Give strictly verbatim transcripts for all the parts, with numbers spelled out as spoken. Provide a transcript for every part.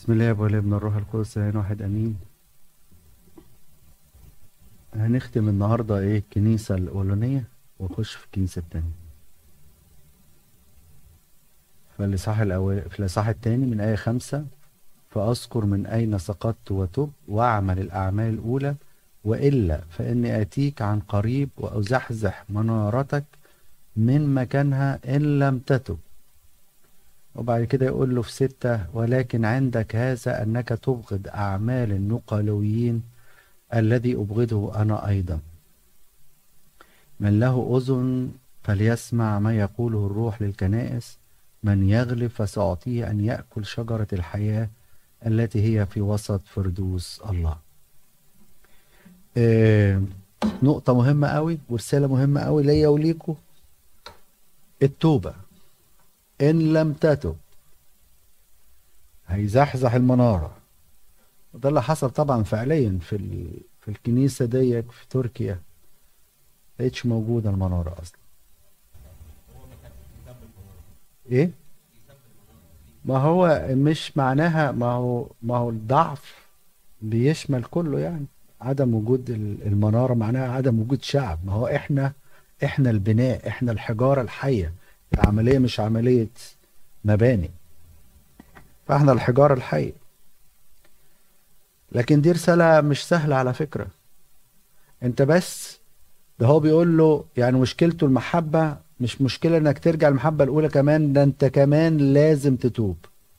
بسم الله والابن الروح القدس الان واحد امين. هنختم النهارده ايه الكنيسه الاولانيه ونخش في الكنيسه الثانيه. فالاصحاح الاول في الاصحاح الثاني من ايه خمسة: فاذكر من اين سقطت وتب واعمل الاعمال الاولى، والا فاني اتيك عن قريب وازحزح منارتك من مكانها ان لم تتب. وبعد كده يقول له في ستة: ولكن عندك هذا انك تبغض اعمال النقلويين الذي ابغضه انا ايضا. من له أذن فليسمع ما يقوله الروح للكنائس. من يغلب فسأعطيه أن يأكل شجرة الحياة التي هي في وسط فردوس الله. آه نقطة مهمة قوي ورسالة مهمة قوي ليا وليكوا: التوبة. إن لم تتب هيزحزح المنارة. وده اللي حصل طبعا فعليا في ال... في الكنيسة دي في تركيا. مبقتش موجودة المنارة أصلا. إيه؟ ما هو مش معناها، ما هو ما هو الضعف بيشمل كله يعني. عدم وجود ال- المنارة معناها عدم وجود شعب. ما هو احنا احنا البناء، احنا الحجارة الحية. العملية مش عملية مباني، فاحنا الحجارة الحية. لكن دي رسالة مش سهلة على فكرة. انت بس، ده هو بيقول له يعني مشكلته المحبة، مش مشكلة انك ترجع المحبة الاولى كمان، ده انت كمان لازم تتوب.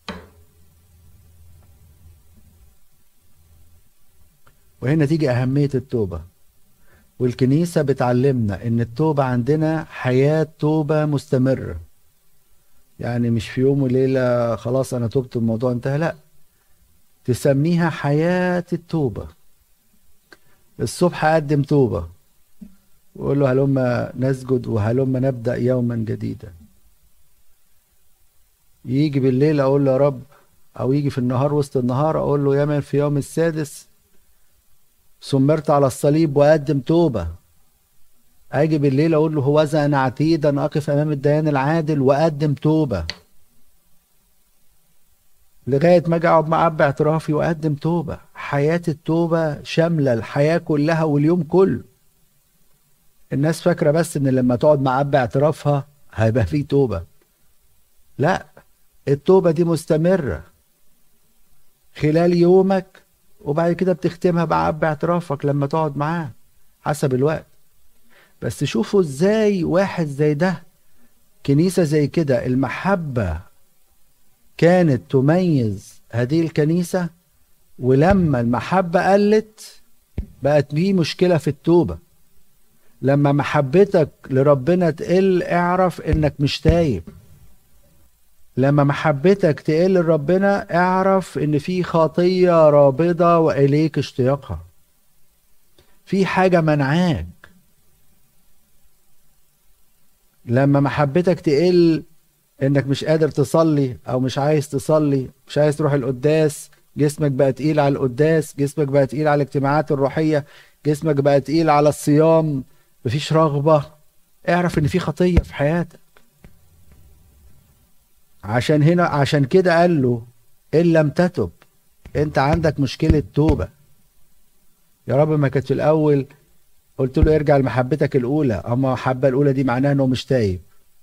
وهنا تيجي اهمية التوبة. والكنيسة بتعلمنا ان التوبة عندنا حياة توبة مستمرة. يعني مش في يوم وليلة خلاص انا تبت الموضوع انتهى، لا، تسميها حياة التوبة. الصبح اقدم توبة وقول له هلما نسجد وهلما نبدأ يوما جديدا. يجي بالليل اقول له يا رب، او يجي في النهار وسط النهار اقول له يا من في يوم السادس سمرت على الصليب واقدم توبة. اجي بالليل اقول له هوذا انا عتيد ان اقف امام الديان العادل واقدم توبة. لغاية ما اجي اقعد مع اب اعترافي واقدم توبة. حياة التوبة شاملة الحياة كلها واليوم كله. الناس فاكرة بس ان لما تقعد مع اب اعترافها هيبقى فيه توبة. لا، التوبة دي مستمرة خلال يومك، وبعد كده بتختمها مع اب اعترافك لما تقعد معاه حسب الوقت. بس شوفوا ازاي واحد زي ده، كنيسة زي كده المحبة كانت تميز هذه الكنيسة، ولما المحبة قلت بقت في مشكلة في التوبة. لما محبتك لربنا تقل اعرف انك مش تايب. لما محبتك تقل لربنا اعرف ان في خطية رابضة واليك اشتياقها، في حاجة منعاك. لما محبتك تقل انك مش قادر تصلي او مش عايز تصلي، مش عايز تروح القداس، جسمك بقى تقيل على القداس، جسمك بقى تقيل على الاجتماعات الروحية، جسمك بقى تقيل على الصيام، مفيش رغبة، اعرف ان في خطية في حياتك. عشان هنا عشان كده قال له ان لم تتب انت عندك مشكلة توبة. يا رب ما كانت في الاول قلت له ارجع لمحبتك الاولى، اما المحبة الاولى دي معناها انه مش تايب.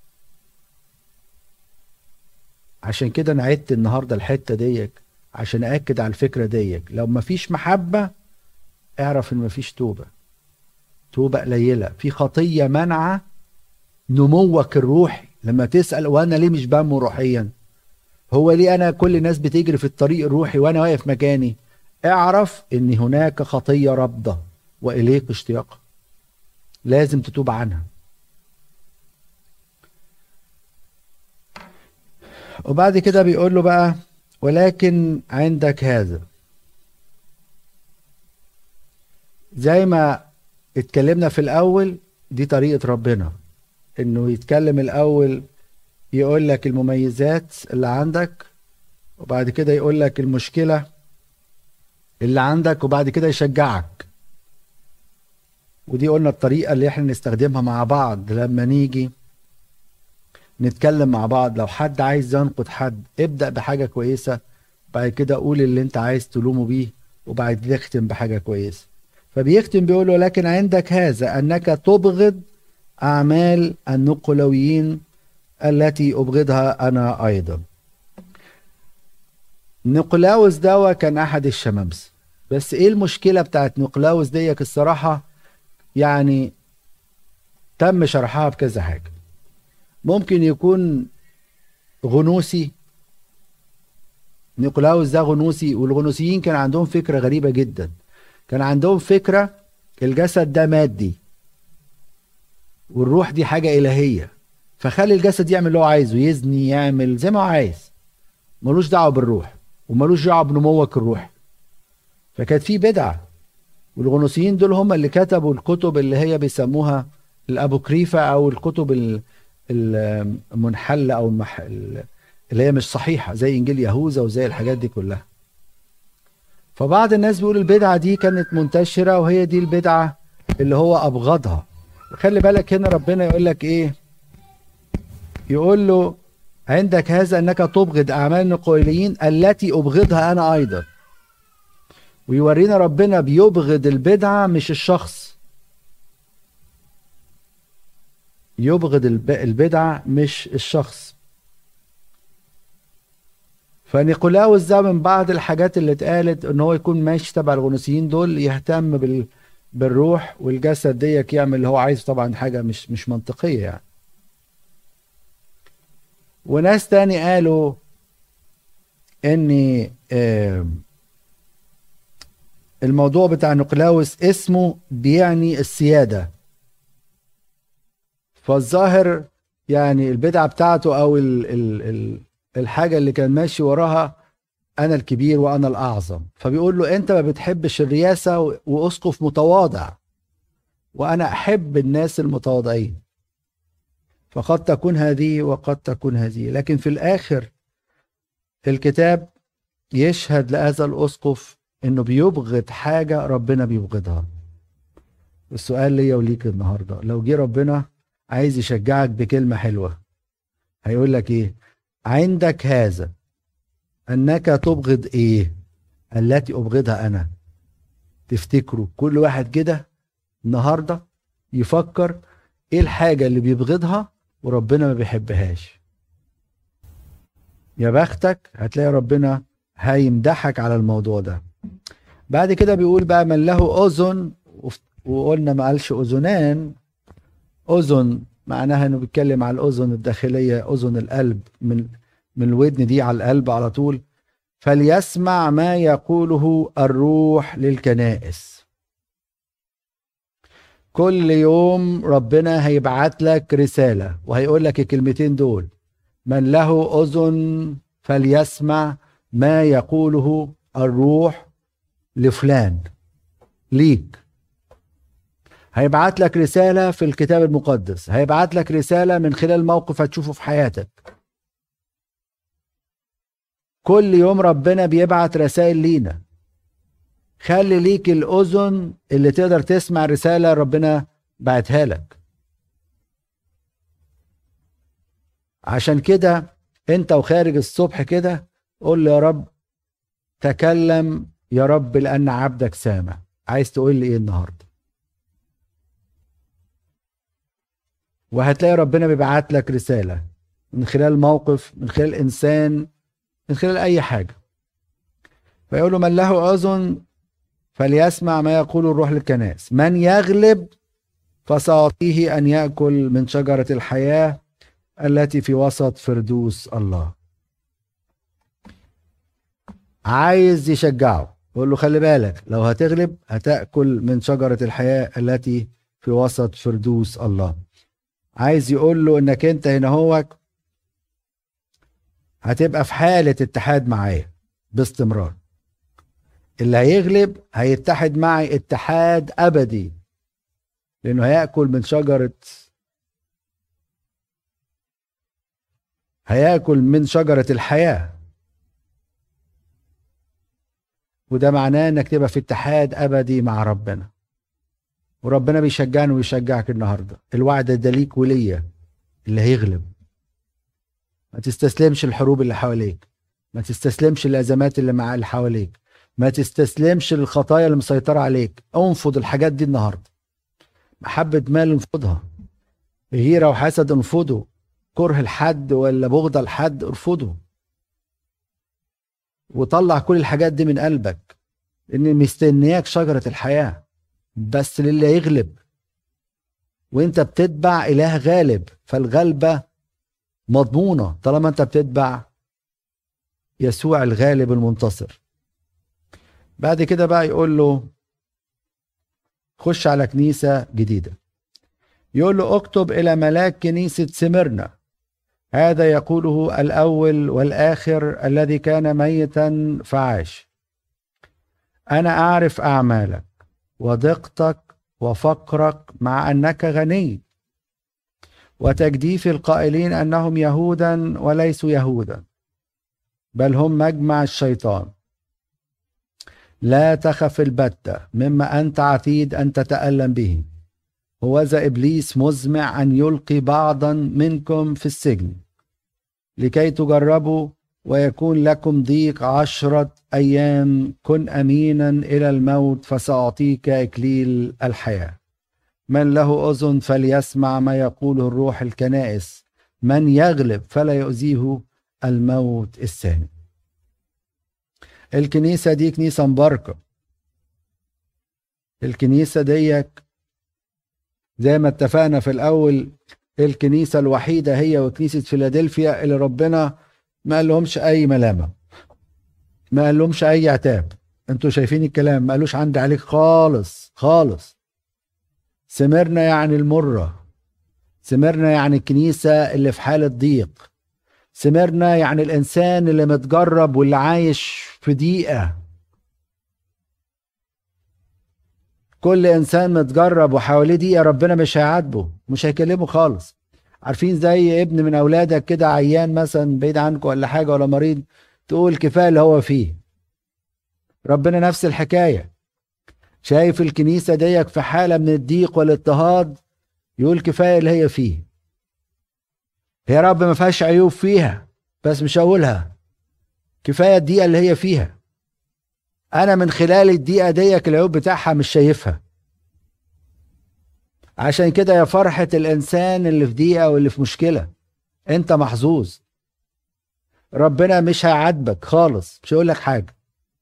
عشان كده انا عدت النهاردة الحتة ديك عشان اكد على الفكرة ديك. لو مفيش محبة اعرف ان مفيش توبة. توبة قليلة، في خطية منعة نموك الروحي. لما تسأل وانا ليه مش بنمو روحيا، هو ليه انا كل الناس بتجري في الطريق الروحي وانا واقف مكاني، اعرف ان هناك خطية رابضة واليك اشتياقها، لازم تتوب عنها. وبعد كده بيقول له بقى ولكن عندك هذا. زي ما اتكلمنا في الاول، دي طريقة ربنا انه يتكلم الاول يقول لك المميزات اللي عندك، وبعد كده يقول لك المشكلة اللي عندك، وبعد كده يشجعك. ودي قلنا الطريقة اللي احنا نستخدمها مع بعض لما نيجي نتكلم مع بعض. لو حد عايز ينقد حد ابدأ بحاجة كويسة بعد كده قول اللي انت عايز تلومه بيه، وبعد كده يختم بحاجة كويسة. فبيختم بيقول له لكن عندك هذا أنك تبغض أعمال النقلويين التي أبغضها أنا أيضا. نقلاوس دوا كان أحد الشمامسة، بس إيه المشكلة بتاعت نقلاوس ديك الصراحة؟ يعني تم شرحها بكذا حاجة. ممكن يكون غنوسي، نيقولاوس ده غنوسي، والغنوسيين كان عندهم فكرة غريبة جدا. كان عندهم فكرة الجسد ده مادي والروح دي حاجة إلهية، فخلي الجسد يعمل اللي هو عايزه، يزني، يعمل زي ما هو عايز، ملوش دعوة بالروح وملوش دعوة بنموك الروح. فكانت في بدعة، والغنوسيين دول هم اللي كتبوا الكتب اللي هي بيسموها الأبوكريفة، أو الكتب ال- المنحلة، أو المح... اللي هي مش صحيحة، زي إنجيل يهوذا وزي الحاجات دي كلها. فبعض الناس بيقول البدعة دي كانت منتشرة، وهي دي البدعة اللي هو أبغضها. خلي بالك هنا ربنا يقول لك إيه؟ يقول له عندك هذا أنك تبغض أعمال النقوليين التي أبغضها أنا أيضا. ويورينا ربنا بيبغض البدعة مش الشخص، يبغض الب- البدعة مش الشخص. فنيقولاوس ده من بعض الحاجات اللي اتقالت ان هو يكون ماشي تبع الغنوسيين دول، يهتم بال بالروح والجسد ديك، يعمل اللي هو عايزه، طبعا حاجة مش مش منطقية يعني. وناس تاني قالوا ان آه، الموضوع بتاع نيقولاوس اسمه بيعني السيادة، فالظاهر يعني البدعة بتاعته او ال ال ال الحاجة اللي كان ماشي وراها انا الكبير وانا الاعظم. فبيقول له انت ما بتحبش الرياسة و- واسقف متواضع، وانا احب الناس المتواضعين، فقد تكون هذه وقد تكون هذه. لكن في الاخر الكتاب يشهد لهذا الاسقف انه بيبغض حاجة ربنا بيبغضها. السؤال ليا وليك النهاردة، لو جه ربنا عايز يشجعك بكلمة حلوة هيقول لك ايه؟ عندك هذا انك تبغض ايه التي ابغضها انا. تفتكروا كل واحد كده النهارده يفكر ايه الحاجة اللي بيبغضها وربنا ما بيحبهاش؟ يا بختك، هتلاقي ربنا هيمدحك على الموضوع ده. بعد كده بيقول بقى من له اذن، وقلنا ما قالش اذنان. اذن معناها انه بيتكلم على الاذن الداخلية، اذن القلب، من من الودن دي على القلب على طول. فليسمع ما يقوله الروح للكنائس. كل يوم ربنا هيبعت لك رسالة وهيقول لك الكلمتين دول: من له أذن فليسمع ما يقوله الروح لفلان، ليك. هيبعت لك رسالة في الكتاب المقدس، هيبعت لك رسالة من خلال موقف هتشوفه في حياتك. كل يوم ربنا بيبعت رسائل لينا. خلي ليك الأذن اللي تقدر تسمع رسالة ربنا بعتها لك. عشان كده انت وخارج الصبح كده قول له يا رب تكلم يا رب لأن عبدك سامع. عايز تقول لي ايه النهاردة؟ وهتلاقي ربنا بيبعت لك رسالة من خلال موقف، من خلال إنسان، من خلال أي حاجة. فيقول له من له أذن فليسمع ما يقول الروح للكنائس. من يغلب فسأعطيه أن يأكل من شجرة الحياة التي في وسط فردوس الله. عايز يشجعه، يقول له خلي بالك لو هتغلب هتأكل من شجرة الحياة التي في وسط فردوس الله. عايز يقول له انك انت هنا هوك هتبقى في حالة اتحاد معايا باستمرار. اللي هيغلب هيتحد معي اتحاد أبدي، لأنه هيأكل من شجرة هيأكل من شجرة الحياة. وده معناه انك تبقى في اتحاد أبدي مع ربنا. وربنا بيشجعني ويشجعك النهاردة. الوعد ده ليك وليا، اللي هيغلب. ما تستسلمش الحروب اللي حواليك، ما تستسلمش للازمات اللي مع اللي حواليك، ما تستسلمش للخطايا اللي مسيطرة عليك. انفض الحاجات دي النهاردة. محبة مال انفضها، غيرة وحسد انفضه، كره الحد ولا بغض الحد ارفضه، وطلع كل الحاجات دي من قلبك، ان مستنياك شجرة الحياة بس للي يغلب. وانت بتتبع اله غالب، فالغلبة مضمونة طالما انت بتتبع يسوع الغالب المنتصر. بعد كده بقى يقول له خش على كنيسة جديدة. يقول له اكتب الى ملاك كنيسة سمرنا، هذا يقوله الاول والاخر الذي كان ميتا فعاش. انا اعرف اعمالك وضيقتك وفقرك مع انك غني، وتجديف القائلين انهم يهودا وليسوا يهودا بل هم مجمع الشيطان. لا تخف البتة مما أنت عتيد أن تتألم به، هوذا إبليس مزمع أن يلقي بعضا منكم في السجن لكي تجربوا ويكون لكم ضيق عشرة أيام. كن أمينا إلى الموت فسأعطيك إكليل الحياة. من له أذن فليسمع ما يقوله الروح الكنائس، من يغلب فلا يؤذيه الموت الثاني. الكنيسة دي كنيسة مباركة. الكنيسة ديك زي ما اتفقنا في الأول، الكنيسة الوحيدة هي وكنيسة فيلادلفيا اللي ربنا ما قال لهمش أي ملامة، ما قال لهمش أي عتاب. انتوا شايفين الكلام، ما قالوش عندي عليك خالص خالص. سمرنا يعني المرة، سمرنا يعني الكنيسة اللي في حالة ضيق، سمرنا يعني الإنسان اللي متجرب واللي عايش في ضيقة. كل إنسان متجرب وحواليه ضيقة ربنا مش هيعاتبه، مش هيكلمه خالص. عارفين زي ابن من أولادك كده عيان مثلا بعيد عنكم ولا حاجة ولا مريض، تقول كفاية اللي هو فيه. ربنا نفس الحكاية، شايف الكنيسة ديك في حالة من الضيق والاضطهاد، يقول كفاية اللي هي فيه. يا رب ما فيهاش عيوب فيها بس مش هقولها، كفاية الدقيقة اللي هي فيها. أنا من خلال الدقيقة ديك العيوب بتاعها مش شايفها. عشان كده يا فرحة الإنسان اللي في ضيقة واللي في مشكلة، أنت محظوظ. ربنا مش هيعاتبك خالص، مش هيقول لك حاجة.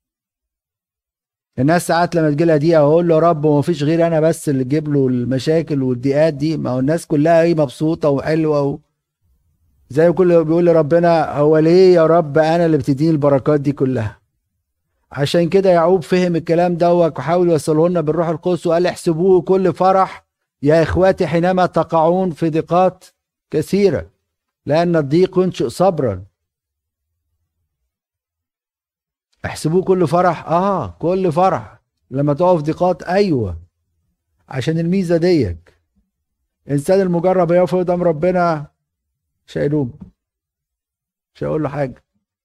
الناس ساعات لما تجيلها دقيقة أقول له يا رب ما فيش غير أنا بس اللي تجيب له المشاكل والضيقات دي، ما هو الناس كلها هي مبسوطة وحلوة و... زي كل بيقول لربنا هو ليه يا رب انا اللي بتديني البركات دي كلها؟ عشان كده يعقوب فهم الكلام دوت وحاول يوصله لنا بالروح القدس وقال احسبوه كل فرح يا اخواتي حينما تقعون في ضيقات كثيرة لان الضيق ينشئ صبرا. احسبوه كل فرح، اه كل فرح لما تقف ضيقات، ايوه. عشان الميزة ديك الانسان المجرب يقف قدام ربنا مش هيلوم، مش هيقول له حاجة.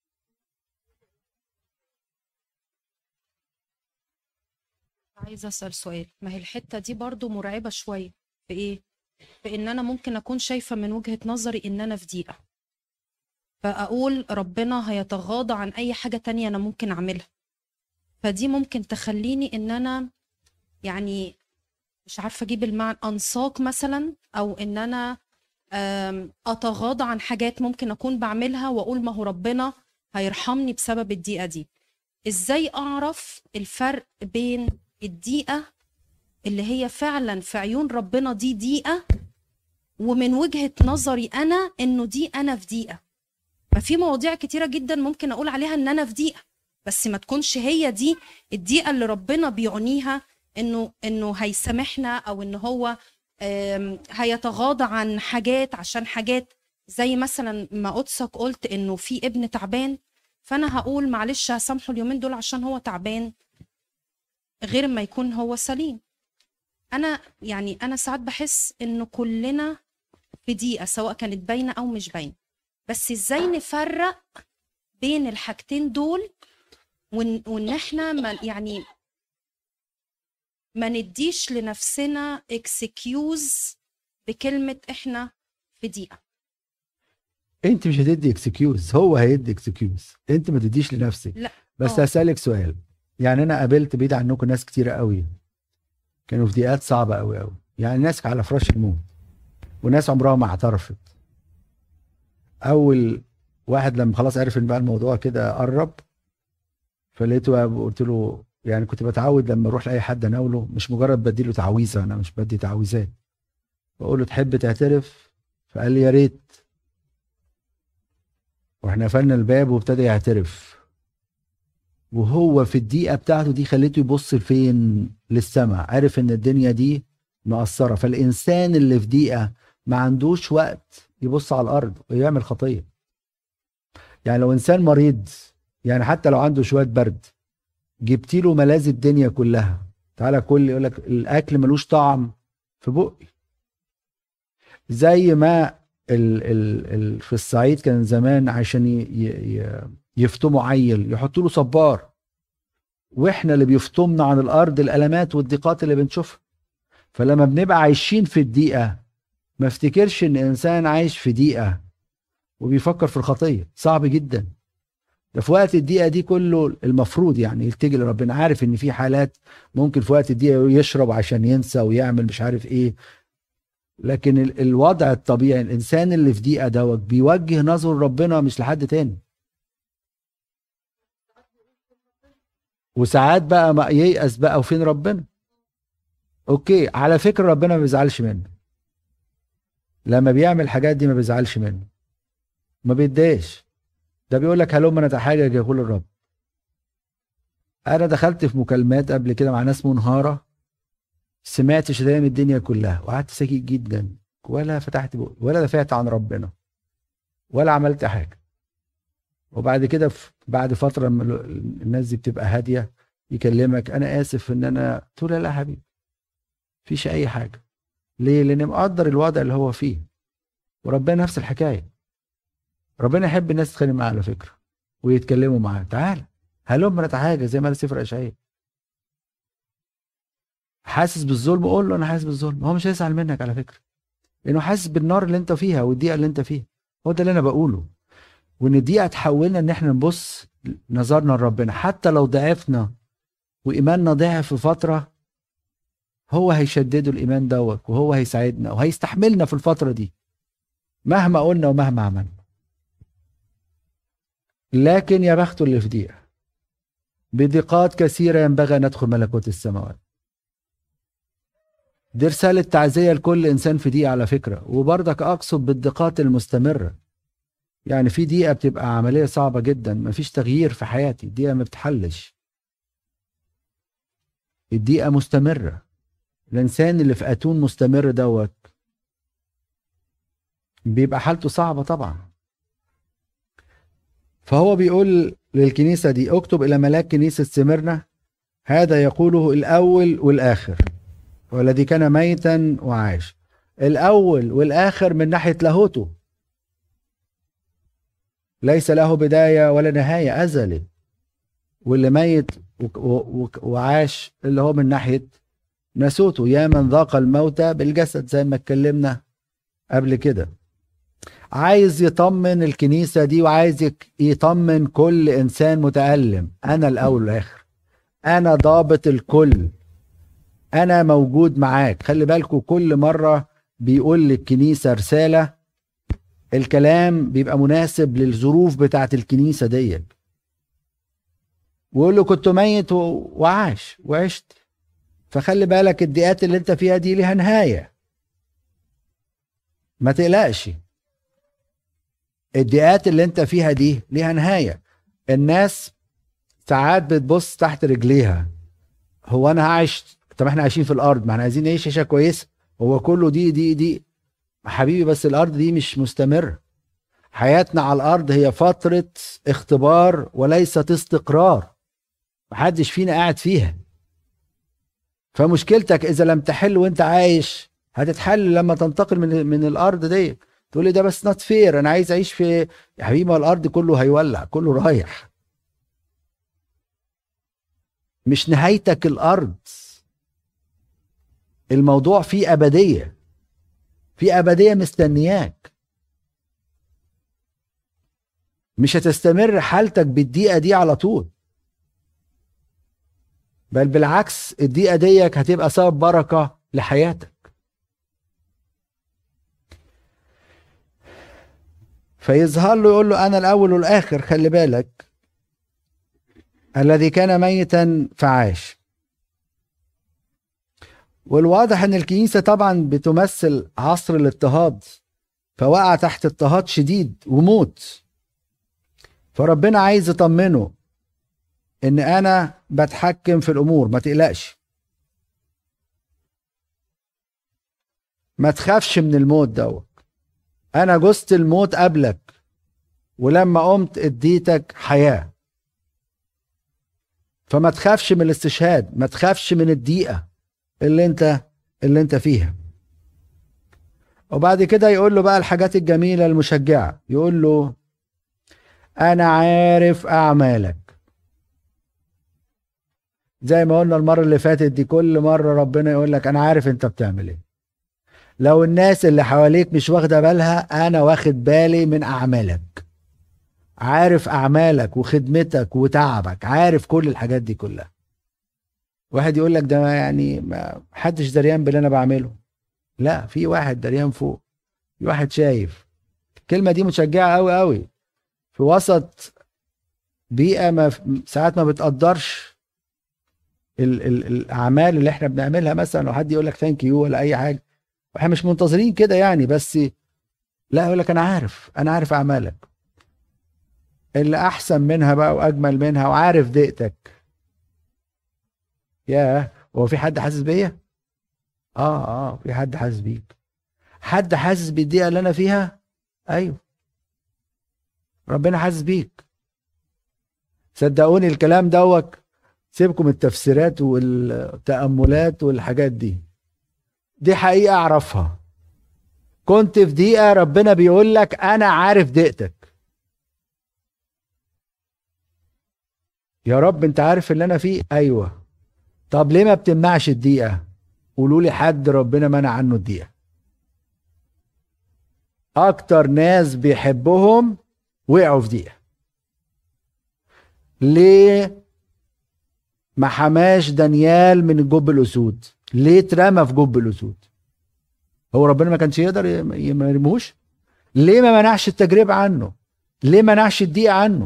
عايزة أسأل سؤال، ما هي الحتة دي برضو مرعبة شوية في إيه؟ في إن أنا ممكن أكون شايفة من وجهة نظري إن أنا في ضيقة، فأقول ربنا هيتغاضى عن أي حاجة تانية أنا ممكن أعملها، فدي ممكن تخليني إن أنا يعني مش عارفة أجيب المعنى، أنساق مثلا، أو إن أنا أم، أتغاضى عن حاجات ممكن أكون بعملها وأقول ما هو ربنا هيرحمني بسبب الضيقة دي. إزاي أعرف الفرق بين الضيقة اللي هي فعلا في عيون ربنا دي ضيقة، ومن وجهة نظري أنا إنه دي أنا في ضيقة؟ ما في مواضيع كتيرة جدا ممكن أقول عليها إن أنا في ضيقة، بس ما تكونش هي دي الضيقة اللي ربنا بيعنيها إنه إنه هيسامحنا، أو إنه هو هيتغاضى عن حاجات عشان حاجات. زي مثلا ما قدسك قلت إنه في ابن تعبان، فأنا هقول معلش هسامحه اليومين دول عشان هو تعبان، غير ما يكون هو سليم. انا يعني انا ساعات بحس انه كلنا في ضيقه سواء كانت باينه او مش باينه، بس ازاي نفرق بين الحاجتين دول، وان, وإن احنا ما يعني ما نديش لنفسنا اكسكيوز بكلمه احنا في ضيقه. انت مش هتدي اكسكيوز، هو هيدي اكسكيوز، انت ما تديش لنفسك. لا بس اه هسألك سؤال. يعني انا قابلت بعيد عنكم ناس كتيرة قوي كانوا في ضيقات صعبة قوي قوي، يعني ناس على فراش الموت، وناس عمرها ما اعترفت. اول واحد لما خلاص عرف ان بقى الموضوع كده قرب، فلقيته بقى قلت له، يعني كنت بتعود لما اروح لاي حد اناوله مش مجرد بديله تعويذه، انا مش بدي تعويذات، بقول له تحب تعترف؟ فقال لي يا ريت. واحنا قفلنا الباب وابتدى يعترف، وهو في الدقيقه بتاعته دي خليته يبص لفين؟ للسماء. عرف ان الدنيا دي مقصره. فالانسان اللي في دقيقه ما عندوش وقت يبص على الارض ويعمل خطيه. يعني لو انسان مريض، يعني حتى لو عنده شويه برد، جبتي له ملاذ الدنيا كلها، تعالى كل يقول لك الاكل ملوش طعم في بقي. زي ما ال ال ال في الصعيد كان زمان عشان ي ي يفطموا عيل يحطوا له صبار، واحنا اللي بيفطمنا عن الارض الالمات والضيقات اللي بنشوفها. فلما بنبقى عايشين في الضيقه، ما افتكرش ان انسان عايش في ضيقه وبيفكر في الخطيه، صعب جدا. ده في وقت الدقيقة دي كله المفروض يعني يلتجي لربنا، عارف ان في حالات ممكن في وقت الدقيقة يشرب عشان ينسى ويعمل مش عارف ايه، لكن ال- الوضع الطبيعي الانسان اللي في دقيقة دوت بيوجه نظر ربنا مش لحد تاني. وساعات بقى ما ييأس بقى، وفين ربنا؟ اوكي، على فكرة ربنا ما بيزعلش منه لما بيعمل الحاجات دي، ما بيزعلش منه، ما بيتضايقش. ده بيقول لك هلم نتحاجج يقول الرب. انا دخلت في مكالمات قبل كده مع ناس منهارة، سمعت شتايم الدنيا كلها وقعدت ساكت جدا، ولا فتحت بقى ولا دافعت عن ربنا ولا عملت حاجه. وبعد كده ف- بعد فتره لما ال- الناس دي بتبقى هاديه، يكلمك انا اسف ان انا، تقول لا لا يا حبيبي مفيش اي حاجه. ليه؟ لان مقدر الوضع اللي هو فيه. وربنا نفس الحكايه، ربنا يحب الناس تتخانق معاه على فكره ويتكلموا معاه، تعالى هلم نتحاجج زي ما قال سفر اشعياء. حاسس بالظلم، قول له انا حاسس بالظلم، هو مش هيزعل منك على فكره، لانه حاسس بالنار اللي انت فيها والضيقه اللي انت فيها. هو ده اللي انا بقوله. وان الضيقه تحولنا ان احنا نبص نظرنا لربنا، حتى لو ضعفنا وايماننا ضعف في فتره، هو هيشدده الايمان دوت، وهو هيساعدنا وهيستحملنا في الفتره دي مهما قلنا ومهما عملنا. لكن يا بخته اللي في ضيقه، بضيقات كثيره ينبغي ان ندخل ملكوت السماوات. دي رساله تعزيه لكل انسان في ضيقه على فكره. وبرضك اقصد بالضيقات المستمره، يعني في دقيقة بتبقى عملية صعبة جدا، مفيش تغيير في حياتي، الدقيقة ما بتحلش، الدقيقة مستمرة. الإنسان اللي في أتون مستمر دوت بيبقى حالته صعبة طبعا. فهو بيقول للكنيسة دي اكتب إلى ملاك كنيسة سمرنا، هذا يقوله الأول والآخر والذي كان ميتا وعاش. الأول والآخر من ناحية لاهوته، ليس له بداية ولا نهاية، أزلي. واللي ميت و- و- وعاش اللي هو من ناحية ناسوته، يا من ذاق الموت بالجسد زي ما اتكلمنا قبل كده. عايز يطمن الكنيسة دي وعايز يك- يطمن كل إنسان متألم، أنا الأول والآخر، أنا ضابط الكل، أنا موجود معاك. خلي بالكوا كل مرة بيقول للكنيسة رسالة، الكلام بيبقى مناسب للظروف بتاعت الكنيسة دي. ويقول له كنت ميت و- وعاش وعشت. فخلي بالك الدقات اللي انت فيها دي ليها نهاية، ما تقلقش. الدقات اللي انت فيها دي ليها نهاية. الناس ساعات بتبص تحت رجليها، هو انا هعيش؟ طب احنا عايشين في الارض، ما احنا عايزين نعيش عيشه كويسه، هو كله دي دي دي حبيبي، بس الارض دي مش مستمر. حياتنا على الارض هي فتره اختبار وليست استقرار، محدش فينا قاعد فيها. فمشكلتك اذا لم تحل وانت عايش، هتتحل لما تنتقل من من الارض دي. تقول لي ده بس نوت فير، انا عايز اعيش في، يا حبيبي ما الارض كله هيولع، كله رايح. مش نهايتك الارض، الموضوع فيه ابديه، في ابديه مستنياك. مش هتستمر حالتك بالضيقة دي على طول، بل بالعكس الضيقة ديك هتبقى سبب بركة لحياتك. فيظهر له يقول له أنا الأول والآخر، خلي بالك، الذي كان ميتا فعاش. والواضح ان الكنيسة طبعا بتمثل عصر الاضطهاد، فوقع تحت اضطهاد شديد وموت، فربنا عايز يطمنه ان انا بتحكم في الامور، ما تقلقش، ما تخافش من الموت دوت، انا جزت الموت قبلك ولما قمت اديتك حياة، فما تخافش من الاستشهاد، ما تخافش من الضيقة اللي انت اللي انت فيها. وبعد كده يقول له بقى الحاجات الجميلة المشجعة، يقول له انا عارف اعمالك. زي ما قلنا المرة اللي فاتت دي، كل مرة ربنا يقول لك انا عارف انت بتعمل ايه. لو الناس اللي حواليك مش واخدة بالها، انا واخد بالي من اعمالك، عارف اعمالك وخدمتك وتعبك، عارف كل الحاجات دي كلها. واحد يقول لك ده يعني ما حدش دريان باللي انا بعمله. لا، في واحد دريان فوق، في واحد شايف. الكلمة دي مشجعة قوي قوي في وسط بيئة ما ساعات ما بتقدرش ال ال الاعمال اللي احنا بنعملها. مثلا لو حد يقول لك ثانك يو ولا اي حاجة، واحنا مش منتظرين كده يعني، بس لا، يقول لك انا عارف انا عارف اعمالك اللي احسن منها بقى واجمل منها، وعارف ضيقتك. ياه، هو في حد حاسس بيا؟ اه اه في حد حاسس بيك. حد حاسس بالضيقه اللي انا فيها؟ ايوه، ربنا حاسس بيك. صدقوني الكلام دوت، سيبكم التفسيرات والتأملات والحاجات دي، دي حقيقة اعرفها. كنت في ضيقه، ربنا بيقول لك انا عارف ضيقتك. يا رب انت عارف اللي انا فيه؟ ايوه. طب ليه ما بتمنعش الضيقه؟ قولوا لي حد ربنا منع عنه الضيقه. اكتر ناس بيحبهم وقعوا في ضيقه. ليه ما حماش دانيال من جب الاسود؟ ليه اترمى في جب الاسود؟ هو ربنا ما كانش يقدر ما يرموش؟ ليه ما منعش التجربه عنه؟ ليه ما منعش الضيقه عنه؟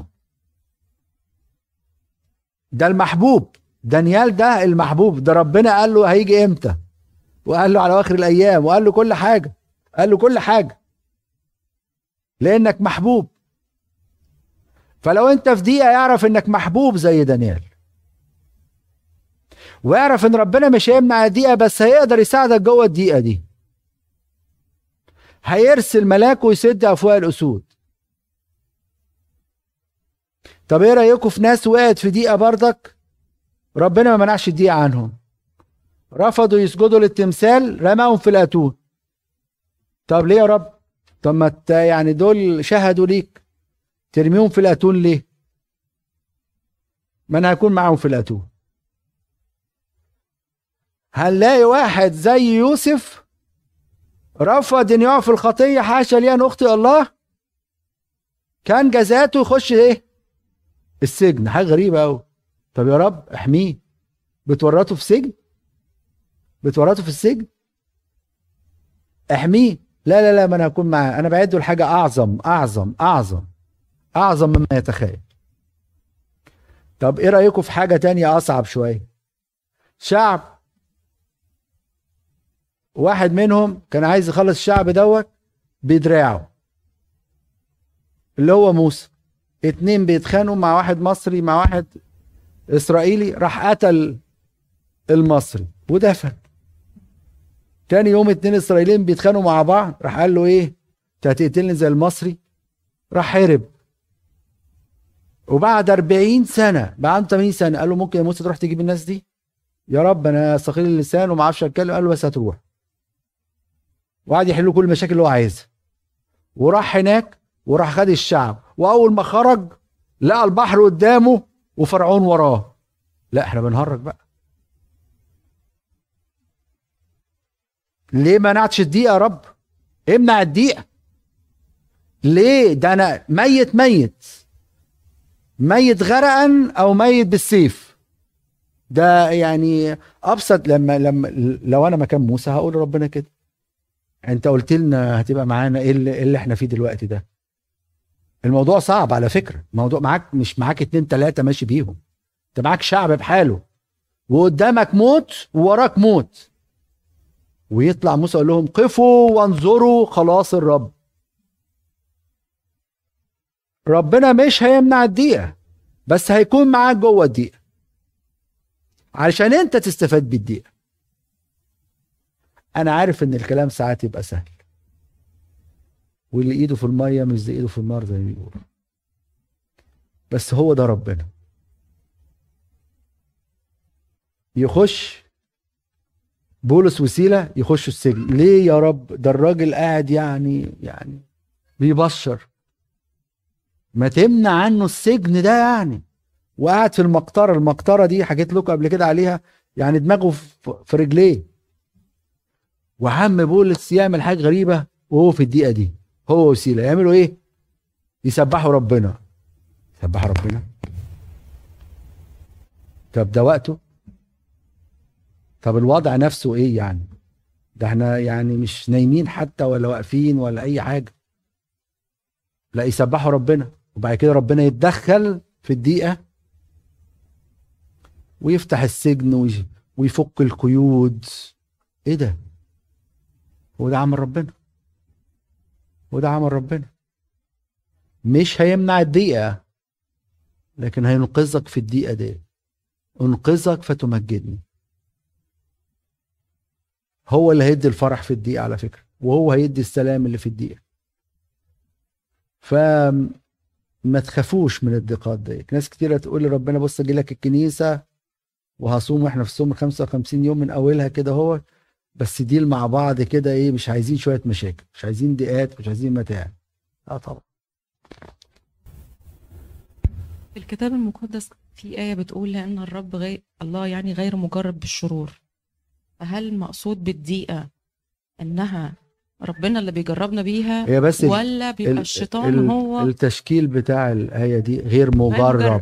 ده المحبوب، دانيال ده المحبوب، ده ربنا قال له هيجي امتى، وقال له على اخر الايام، وقال له كل حاجه، قال له كل حاجه، لانك محبوب. فلو انت في دقيقه يعرف انك محبوب زي دانيال، ويعرف ان ربنا مش هيمنع الدقيقه، بس هيقدر يساعدك جوه الدقيقه دي. هيرسل ملاك ويسد افواه الاسود. طب ايه رايكم في ناس وقعت في دقيقه برضك، ربنا ما منعش الدقيقه عنهم، رفضوا يسجدوا للتمثال، رماهم في الاتون. طب ليه يا رب؟ طب ما يعني دول شهدوا ليك، ترميهم في الاتون ليه؟ ما انا هكون معاهم في الاتون. هنلاقي واحد زي يوسف رفض ان يقع في الخطيه، حاشا لي ان اخطئ الله، كان جزاته يخش ايه؟ السجن. حاجه غريبه قوي. طب يا رب احميه، بتورطه في سجن؟ بتورطه في السجن؟ احميه. لا لا لا، ما انا هكون معاه، انا بعده لحاجه اعظم اعظم اعظم اعظم مما يتخيل. طب ايه رايكم في حاجه تانية اصعب شويه؟ شعب، واحد منهم كان عايز يخلص الشعب دوت بدراعه، اللي هو موسى. اتنين بيتخانقوا مع واحد مصري مع واحد اسرائيلي، راح قتل المصري ودفن. تاني يوم اتنين اسرائيليين بيتخانقوا مع بعض، راح قال له ايه، انت هتقتلني زي المصري؟ راح هرب. وبعد أربعين سنه، بعد ثمانين سنه، قال له ممكن يا موسى تروح تجيب الناس دي؟ يا رب انا ثقيل اللسان وما اعرفش اتكلم. قال له بس هتروح. وقعد يحل كل المشاكل اللي هو عايزها، وراح هناك وراح خد الشعب، واول ما خرج لقى البحر قدامه وفرعون وراه. لا احنا بنهرج بقى. ليه ما منعتش الدقيقه يا رب؟ امنع الدقيقه. ليه؟ ده انا ميت ميت ميت غرقا او ميت بالسيف. ده يعني ابسط. لما لما لو انا مكان موسى هقول لربنا كده، انت قلت لنا هتبقى معانا، ايه اللي, إيه اللي احنا فيه دلوقتي ده؟ الموضوع صعب على فكره. الموضوع معاك مش معاك اتنين تلاته ماشي بيهم، انت معاك شعب بحاله، وقدامك موت ووراك موت. ويطلع موسى يقول لهم قفوا وانظروا خلاص الرب. ربنا مش هيمنع الدقيقه، بس هيكون معاك جوه الدقيقه علشان انت تستفاد بالدقيقه. انا عارف ان الكلام ساعات يبقى سهل، واللي ايده في الميه مش زي ايده في النار زي ما بيقولوا، بس هو ده ربنا. يخش بولس وسيلة يخشوا السجن ليه يا رب؟ ده الراجل قاعد يعني يعني بيبشر، ما تمنع عنه السجن ده يعني. وقاعد في المقطرة. المقطرة دي حكيت لكم قبل كده عليها، يعني دماغه في رجليه. وعم بولس يعمل حاجة غريبة وهو في الدقيقة دي، هو وسيلة يعملوا ايه؟ يسبحوا ربنا. يسبحوا ربنا؟ طب ده وقته؟ طب الوضع نفسه ايه يعني؟ ده احنا يعني مش نايمين حتى ولا واقفين ولا اي حاجة. لا، يسبحوا ربنا، وبعد كده ربنا يتدخل في الدقيقة ويفتح السجن ويفك القيود. ايه ده؟ هو ده عمل ربنا، وده عمل ربنا. مش هيمنع الدقيقة، لكن هينقذك في الدقيقة دي. انقذك فتمجدني. هو اللي هيدي الفرح في الدقيقة على فكرة، وهو هيدي السلام اللي في الدقيقة. فما تخافوش من الضيقات دي. ناس كتيرة تقول لربنا بص اجي لك الكنيسة وهصوم، واحنا في الصوم خمسة وخمسين يوم من اولها كده، هو بس ديل مع بعض كده ايه، مش عايزين شوية مشاكل، مش عايزين ضيقات، مش عايزين متاعب. اه طبعا. في الكتاب المقدس في آية بتقول لأن الرب غير الله يعني غير مجرب بالشرور. فهل المقصود بالضيقة إنها ربنا اللي بيجربنا بيها، هي بس ولا بيبقى ال الشيطان ال هو التشكيل بتاع الآية دي غير غير مجرب مجرب؟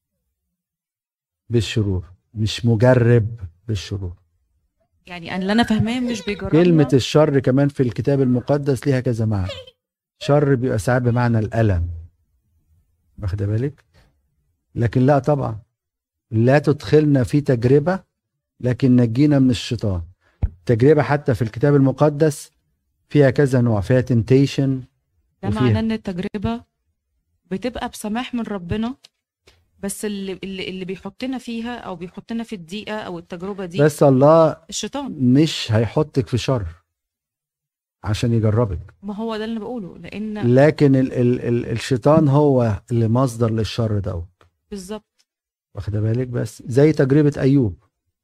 بالشرور، مش مجرب بالشرور. يعني أنا اللي أنا فاهماه مش كلمة بيجربنا. الشر كمان في الكتاب المقدس ليها كذا معنى. شر بيبقى ساعات بمعنى الألم، واخد بالك؟ لكن لا طبعا، لا تدخلنا في تجربة لكن نجينا من الشيطان. تجربة حتى في الكتاب المقدس فيها كذا نوع، فيها تمتيشن. ده معناه إن التجربة بتبقى بسماح من ربنا، بس اللي اللي, اللي بيحطنا فيها أو بيحطنا في الضيقة أو التجربة دي بس الله الشيطان. مش هيحطك في شر عشان يجربك. ما هو ده اللي بقوله، لأن لكن ال ال ال الشيطان هو اللي مصدر للشر ده. بالظبط. واخد بالك؟ بس زي تجربة أيوب،